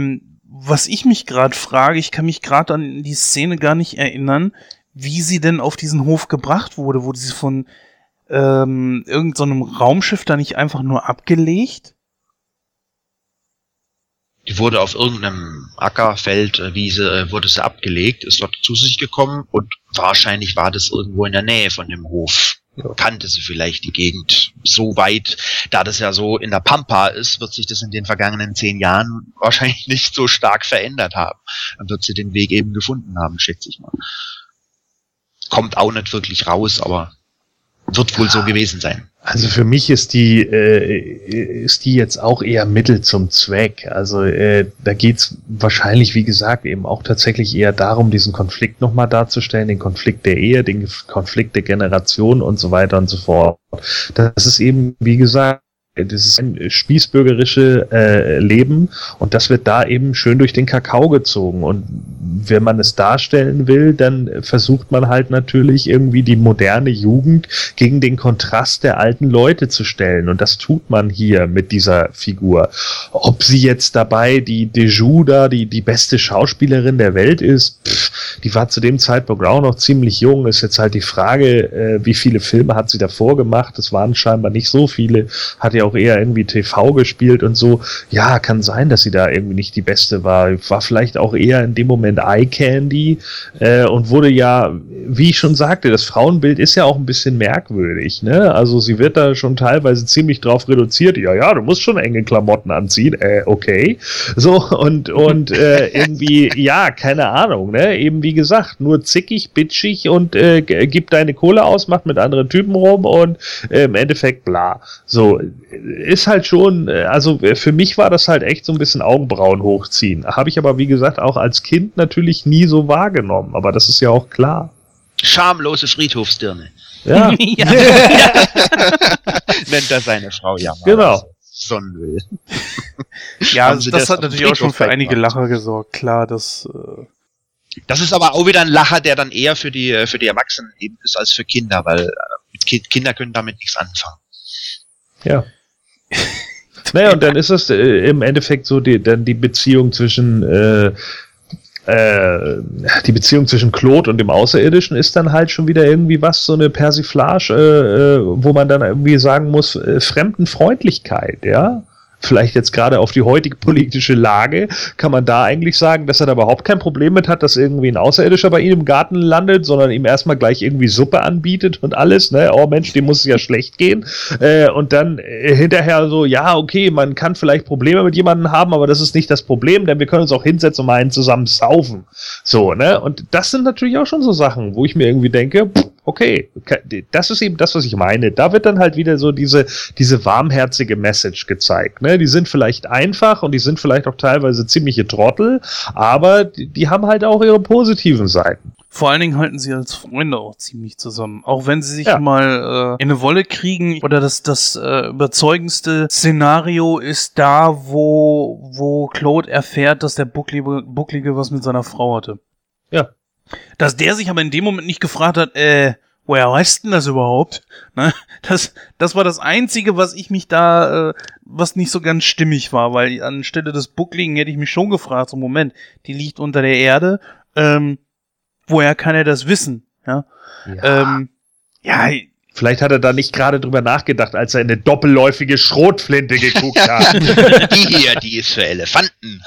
was ich mich gerade frage, ich kann mich gerade an die Szene gar nicht erinnern, wie sie denn auf diesen Hof gebracht wurde. Wurde sie von irgendeinem so Raumschiff da nicht einfach nur abgelegt? Die wurde auf irgendeinem Acker, Feld, Wiese, wurde sie abgelegt, ist dort zu sich gekommen und wahrscheinlich war das irgendwo in der Nähe von dem Hof. Kannte sie vielleicht die Gegend so weit, da das ja so in der Pampa ist, wird sich das in den vergangenen 10 Jahren wahrscheinlich nicht so stark verändert haben. Dann wird sie den Weg eben gefunden haben, schätze ich mal. Kommt auch nicht wirklich raus, aber wird wohl so gewesen sein. Also für mich ist die jetzt auch eher Mittel zum Zweck. Also da geht's wahrscheinlich, wie gesagt, eben auch tatsächlich eher darum, diesen Konflikt nochmal darzustellen, den Konflikt der Ehe, den Konflikt der Generation und so weiter und so fort. Das ist eben, wie gesagt, dieses spießbürgerische Leben, und das wird da eben schön durch den Kakao gezogen. Und wenn man es darstellen will, dann versucht man halt natürlich irgendwie die moderne Jugend gegen den Kontrast der alten Leute zu stellen, und das tut man hier mit dieser Figur. Ob sie jetzt dabei die Deju da, die beste Schauspielerin der Welt ist, die war zu dem Zeitpunkt auch noch ziemlich jung, ist jetzt halt die Frage, wie viele Filme hat sie davor gemacht, es waren scheinbar nicht so viele, hat ja auch eher irgendwie TV gespielt und so. Ja, kann sein, dass sie da irgendwie nicht die Beste war vielleicht auch eher in dem Moment Eye Candy, und wurde ja, wie ich schon sagte, das Frauenbild ist ja auch ein bisschen merkwürdig, ne? Also sie wird da schon teilweise ziemlich drauf reduziert, ja, du musst schon enge Klamotten anziehen, okay, so, und irgendwie, ja, keine Ahnung, ne? Eben wie gesagt, nur zickig, bitchig und gib deine Kohle aus, macht mit anderen Typen rum und im Endeffekt bla. So, ist halt schon, also für mich war das halt echt so ein bisschen Augenbrauen hochziehen. Habe ich aber, wie gesagt, auch als Kind natürlich nie so wahrgenommen, aber das ist ja auch klar. Schamlose Friedhofsdirne. Ja. Ja. Nennt er seine Frau ja mal. Genau. Sonnenwill. Ja, Haben sie das das hat auf dem natürlich auch schon Friedhof für einige weggemacht? Lacher gesorgt. Klar, das Das ist aber auch wieder ein Lacher, der dann eher für die Erwachsenen eben ist als für Kinder, weil Kinder können damit nichts anfangen. Ja. Naja, und dann ist es im Endeffekt so dann die Beziehung zwischen Claude und dem Außerirdischen ist dann halt schon wieder irgendwie so eine Persiflage, wo man dann irgendwie sagen muss, Fremdenfreundlichkeit, ja? Vielleicht jetzt gerade auf die heutige politische Lage, kann man da eigentlich sagen, dass er da überhaupt kein Problem mit hat, dass irgendwie ein Außerirdischer bei ihm im Garten landet, sondern ihm erstmal gleich irgendwie Suppe anbietet und alles, ne? Oh Mensch, dem muss es ja schlecht gehen. Und dann hinterher so, ja, okay, man kann vielleicht Probleme mit jemandem haben, aber das ist nicht das Problem, denn wir können uns auch hinsetzen und mal einen zusammen saufen. So, ne? Und das sind natürlich auch schon so Sachen, wo ich mir irgendwie denke, okay, das ist eben das, was ich meine. Da wird dann halt wieder so diese warmherzige Message gezeigt, ne? Die sind vielleicht einfach und die sind vielleicht auch teilweise ziemliche Trottel, aber die haben halt auch ihre positiven Seiten. vor allen Dingen halten sie als Freunde auch ziemlich zusammen. Auch wenn sie sich mal in eine Wolle kriegen. Oder das überzeugendste Szenario ist da, wo Claude erfährt, dass der Bucklige was mit seiner Frau hatte. Ja. Dass der sich aber in dem Moment nicht gefragt hat, woher weißt denn das überhaupt? Ne? Das war das Einzige, was ich mich da, was nicht so ganz stimmig war, weil anstelle des Buckligen hätte ich mich schon gefragt, so Moment, die liegt unter der Erde, woher kann er das wissen? Ja. Vielleicht hat er da nicht gerade drüber nachgedacht, als er in eine doppelläufige Schrotflinte geguckt hat. Die hier, die ist für Elefanten.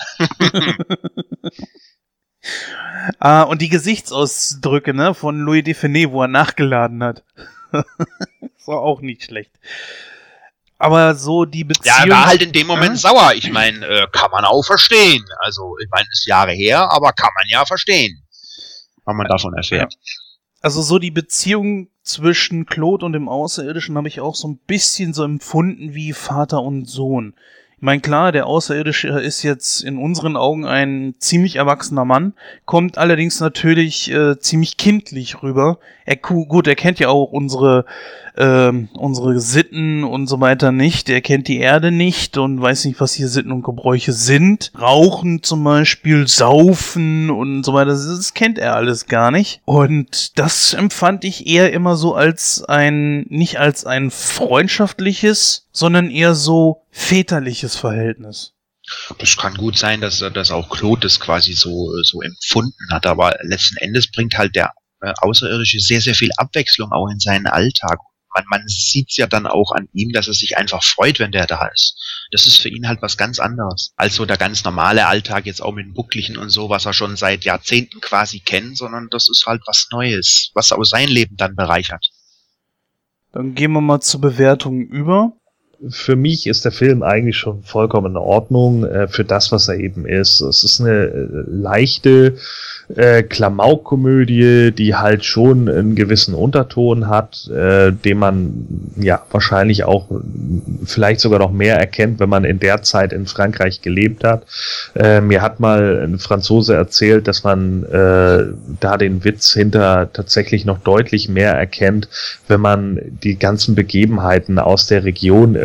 Und die Gesichtsausdrücke, ne, von Louis Define, wo er nachgeladen hat. Das war auch nicht schlecht. Aber so die Beziehung... Ja, er war halt in dem Moment sauer. Ich meine, kann man auch verstehen. Also, ich meine, ist Jahre her, aber kann man ja verstehen, was man davon erfährt. Also so die Beziehung zwischen Claude und dem Außerirdischen habe ich auch so ein bisschen so empfunden wie Vater und Sohn. Ich meine, klar, der Außerirdische ist jetzt in unseren Augen ein ziemlich erwachsener Mann, kommt allerdings natürlich ziemlich kindlich rüber. Er kennt ja auch unsere Sitten und so weiter nicht. Er kennt die Erde nicht und weiß nicht, was hier Sitten und Gebräuche sind. Rauchen zum Beispiel, saufen und so weiter, das kennt er alles gar nicht. Und das empfand ich eher immer so nicht als ein freundschaftliches, sondern eher so väterliches Verhältnis. Das kann gut sein, dass auch Claude das quasi so empfunden hat, aber letzten Endes bringt halt der Außerirdische sehr, sehr viel Abwechslung auch in seinen Alltag. Man sieht's ja dann auch an ihm, dass er sich einfach freut, wenn der da ist. Das ist für ihn halt was ganz anderes, als so der ganz normale Alltag jetzt auch mit dem Buckligen und so, was er schon seit Jahrzehnten quasi kennt, sondern das ist halt was Neues, was auch sein Leben dann bereichert. Dann gehen wir mal zur Bewertung über. Für mich ist der Film eigentlich schon vollkommen in Ordnung für das, was er eben ist. Es ist eine leichte Klamaukkomödie, die halt schon einen gewissen Unterton hat, den man ja wahrscheinlich auch vielleicht sogar noch mehr erkennt, wenn man in der Zeit in Frankreich gelebt hat. Mir hat mal ein Franzose erzählt, dass man da den Witz hinter tatsächlich noch deutlich mehr erkennt, wenn man die ganzen Begebenheiten aus der Region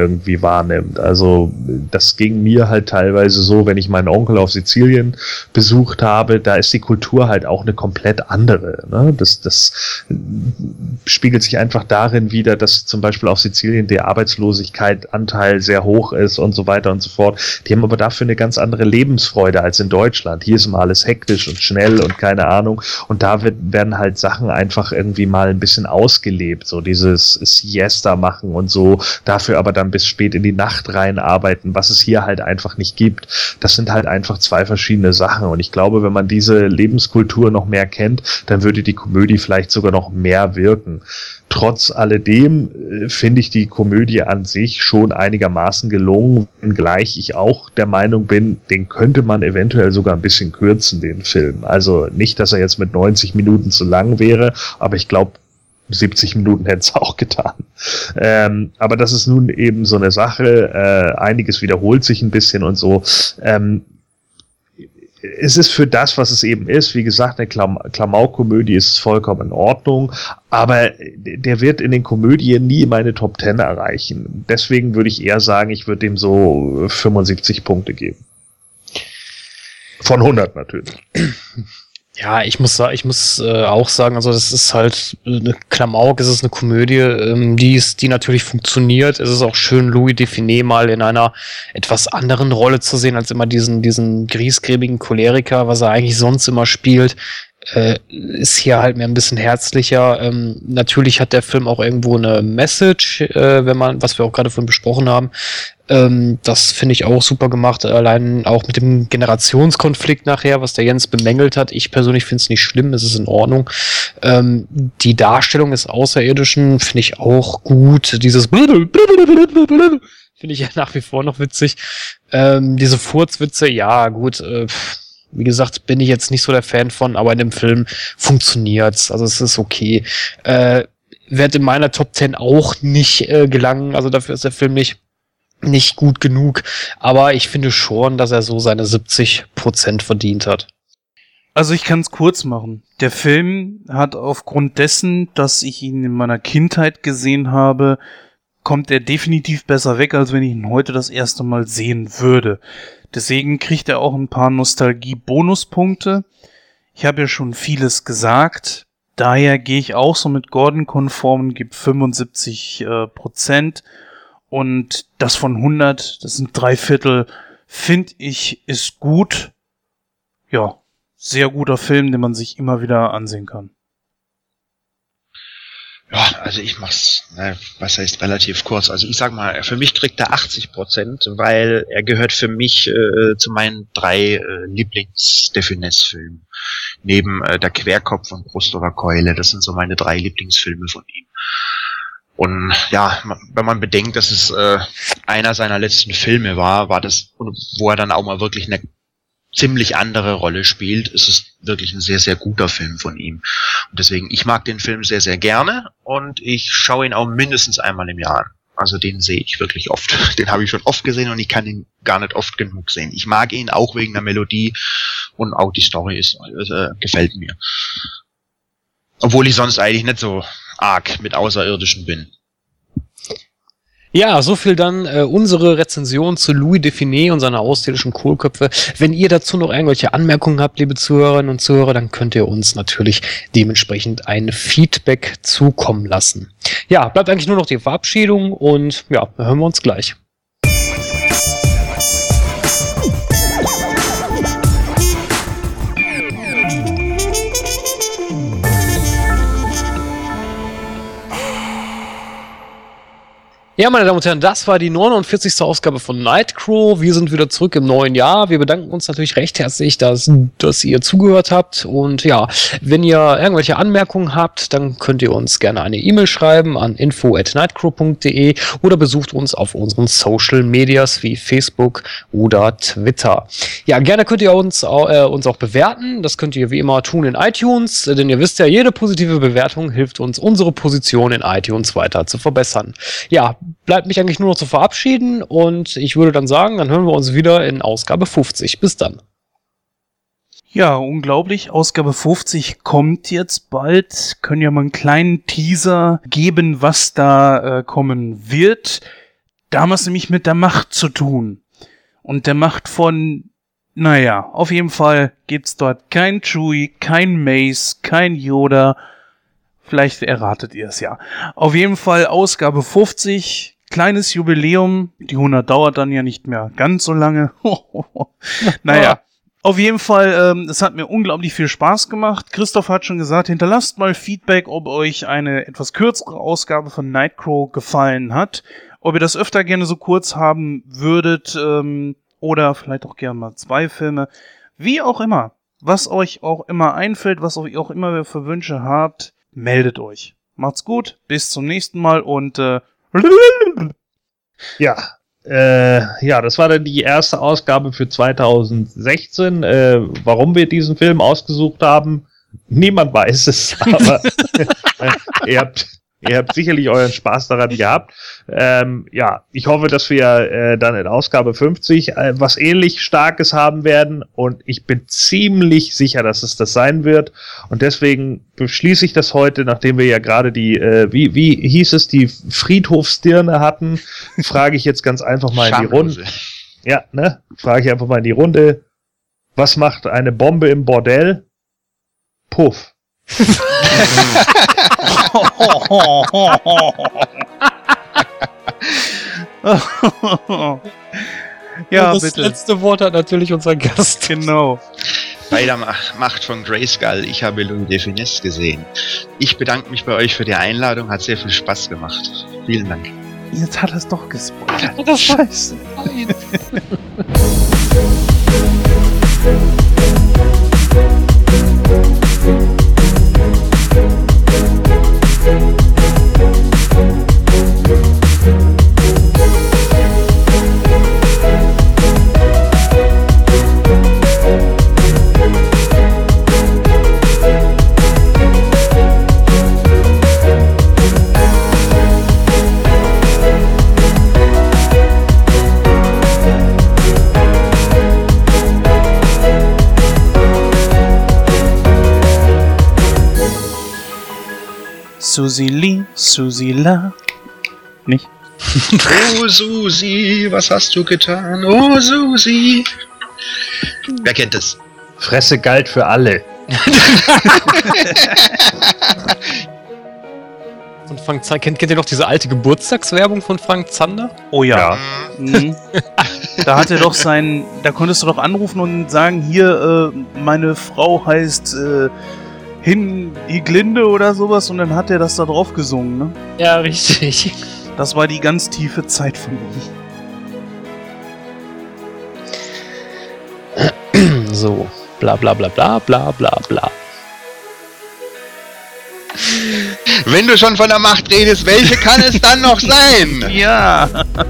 irgendwie wahrnimmt. Also das ging mir halt teilweise so, wenn ich meinen Onkel auf Sizilien besucht habe, da ist die Kultur halt auch eine komplett andere. Ne? Das spiegelt sich einfach darin wider, dass zum Beispiel auf Sizilien der Arbeitslosigkeitsanteil sehr hoch ist und so weiter und so fort. Die haben aber dafür eine ganz andere Lebensfreude als in Deutschland. Hier ist immer alles hektisch und schnell und keine Ahnung. Und da werden halt Sachen einfach irgendwie mal ein bisschen ausgelebt. So dieses Siesta machen und so, dafür aber dann bis spät in die Nacht rein arbeiten, was es hier halt einfach nicht gibt. Das sind halt einfach zwei verschiedene Sachen. Und ich glaube, wenn man diese Lebenskultur noch mehr kennt, dann würde die Komödie vielleicht sogar noch mehr wirken. Trotz alledem finde ich die Komödie an sich schon einigermaßen gelungen, wenngleich ich auch der Meinung bin, den könnte man eventuell sogar ein bisschen kürzen, den Film. Also nicht, dass er jetzt mit 90 Minuten zu lang wäre, aber ich glaube, 70 Minuten hätte es auch getan. Aber das ist nun eben so eine Sache, einiges wiederholt sich ein bisschen und so. Es ist für das, was es eben ist, wie gesagt, eine Klamauk-Komödie ist vollkommen in Ordnung, aber der wird in den Komödien nie meine Top 10 erreichen. Deswegen würde ich eher sagen, ich würde dem so 75 Punkte geben. Von 100 natürlich. Ja, ich muss auch sagen, also das ist halt eine Klamauk, es ist eine Komödie, die natürlich funktioniert. Es ist auch schön, Louis Define mal in einer etwas anderen Rolle zu sehen, als immer diesen griesgrämigen Choleriker, was er eigentlich sonst immer spielt. Ist hier halt mehr ein bisschen herzlicher. Natürlich hat der Film auch irgendwo eine Message, was wir auch gerade vorhin besprochen haben. Das finde ich auch super gemacht, allein auch mit dem Generationskonflikt nachher, was der Jens bemängelt hat. Ich persönlich finde es nicht schlimm, es ist in Ordnung. Die Darstellung des Außerirdischen finde ich auch gut. Dieses finde ich ja nach wie vor noch witzig. Diese Furzwitze, ja gut, wie gesagt, bin ich jetzt nicht so der Fan von, aber in dem Film funktioniert's. Also es ist okay. Wird in meiner Top 10 auch nicht gelangen, also dafür ist der Film nicht gut genug, aber ich finde schon, dass er so seine 70% verdient hat. Also ich kann es kurz machen. Der Film hat aufgrund dessen, dass ich ihn in meiner Kindheit gesehen habe, kommt er definitiv besser weg, als wenn ich ihn heute das erste Mal sehen würde. Deswegen kriegt er auch ein paar Nostalgie-Bonuspunkte. Ich habe ja schon vieles gesagt. Daher gehe ich auch so mit Gordon-konform und gebe 75%. Und das von 100, das sind 3/4, finde ich, ist gut. Ja, sehr guter Film, den man sich immer wieder ansehen kann. Ja, also ich mach's, was heißt relativ kurz. Also ich sag mal, für mich kriegt er 80%, weil er gehört für mich zu meinen 3 Lieblings-Defines-Filmen. Neben Der Querkopf und Brust oder Keule. Das sind so meine 3 Lieblingsfilme von ihm. Und ja, wenn man bedenkt, dass es einer seiner letzten Filme war das, wo er dann auch mal wirklich eine ziemlich andere Rolle spielt, ist es wirklich ein sehr, sehr guter Film von ihm. Und deswegen, ich mag den Film sehr, sehr gerne und ich schaue ihn auch mindestens einmal im Jahr an. Also den sehe ich wirklich oft. Den habe ich schon oft gesehen und ich kann ihn gar nicht oft genug sehen. Ich mag ihn auch wegen der Melodie und auch die Story gefällt mir. Obwohl ich sonst eigentlich nicht so arg mit Außerirdischen bin. Ja, so viel dann unsere Rezension zu Louis Define und seiner außerirdischen Kohlköpfe. Wenn ihr dazu noch irgendwelche Anmerkungen habt, liebe Zuhörerinnen und Zuhörer, dann könnt ihr uns natürlich dementsprechend ein Feedback zukommen lassen. Ja, bleibt eigentlich nur noch die Verabschiedung und ja, hören wir uns gleich. Ja, meine Damen und Herren, das war die 49. Ausgabe von Nightcrow. Wir sind wieder zurück im neuen Jahr. Wir bedanken uns natürlich recht herzlich, dass ihr zugehört habt. Und ja, wenn ihr irgendwelche Anmerkungen habt, dann könnt ihr uns gerne eine E-Mail schreiben an info@nightcrow.de oder besucht uns auf unseren Social Medias wie Facebook oder Twitter. Ja, gerne könnt ihr uns auch bewerten. Das könnt ihr wie immer tun in iTunes, denn ihr wisst ja, jede positive Bewertung hilft uns, unsere Position in iTunes weiter zu verbessern. Ja, bleibt mich eigentlich nur noch zu verabschieden und ich würde dann sagen, dann hören wir uns wieder in Ausgabe 50. Bis dann. Ja, unglaublich. Ausgabe 50 kommt jetzt bald. Können ja mal einen kleinen Teaser geben, was da kommen wird. Da haben wir es nämlich mit der Macht zu tun. Und der Macht von, naja, auf jeden Fall gibt's dort kein Chewie, kein Mace, kein Yoda. Vielleicht erratet ihr es ja. Auf jeden Fall Ausgabe 50, kleines Jubiläum. Die 100 dauert dann ja nicht mehr ganz so lange. Naja, auf jeden Fall, es hat mir unglaublich viel Spaß gemacht. Christoph hat schon gesagt, hinterlasst mal Feedback, ob euch eine etwas kürzere Ausgabe von Nightcrow gefallen hat. Ob ihr das öfter gerne so kurz haben würdet, oder vielleicht auch gerne mal 2 Filme. Wie auch immer. Was euch auch immer einfällt, was euch auch immer für Wünsche habt, meldet euch. Macht's gut, bis zum nächsten Mal und Ja, das war dann die erste Ausgabe für 2016. Warum wir diesen Film ausgesucht haben, niemand weiß es, aber ihr habt sicherlich euren Spaß daran gehabt. Ich hoffe, dass wir dann in Ausgabe 50 was ähnlich Starkes haben werden und ich bin ziemlich sicher, dass es das sein wird und deswegen beschließe ich das heute, nachdem wir ja gerade die, wie hieß es, die Friedhofsdirne hatten, frage ich jetzt ganz einfach mal in die Runde. Ja, ne? Frage ich einfach mal in die Runde. Was macht eine Bombe im Bordell? Puff. Ja, das bitte. Letzte Wort hat natürlich unser Gast. Genau. Bei der Macht von Grayskull, ich habe Louis de Funès gesehen. Ich bedanke mich bei euch für die Einladung, hat sehr viel Spaß gemacht. Vielen Dank. Jetzt hat er es doch gespoilert. Das Scheiße. Susi Lee, Susi La. Nicht? Oh Susi, was hast du getan? Oh Susi. Wer kennt es? Fresse galt für alle. Von Frank Zander. Kennt ihr noch diese alte Geburtstagswerbung von Frank Zander? Oh ja. Mhm. Da hat er doch da konntest du doch anrufen und sagen, hier, meine Frau heißt Iglinde oder sowas und dann hat er das da drauf gesungen, ne? Ja, richtig. Das war die ganz tiefe Zeit von ihm. So, bla bla bla bla bla bla bla. Wenn du schon von der Macht redest, welche kann es dann noch sein? Ja.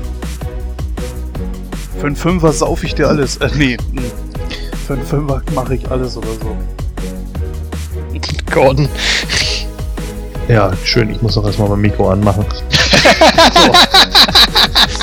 Für einen Fünfer sauf ich dir alles. Nee. Für einen Fünfer mache ich alles oder so. Gordon. Ja, schön. Ich muss doch erstmal mein Mikro anmachen. So.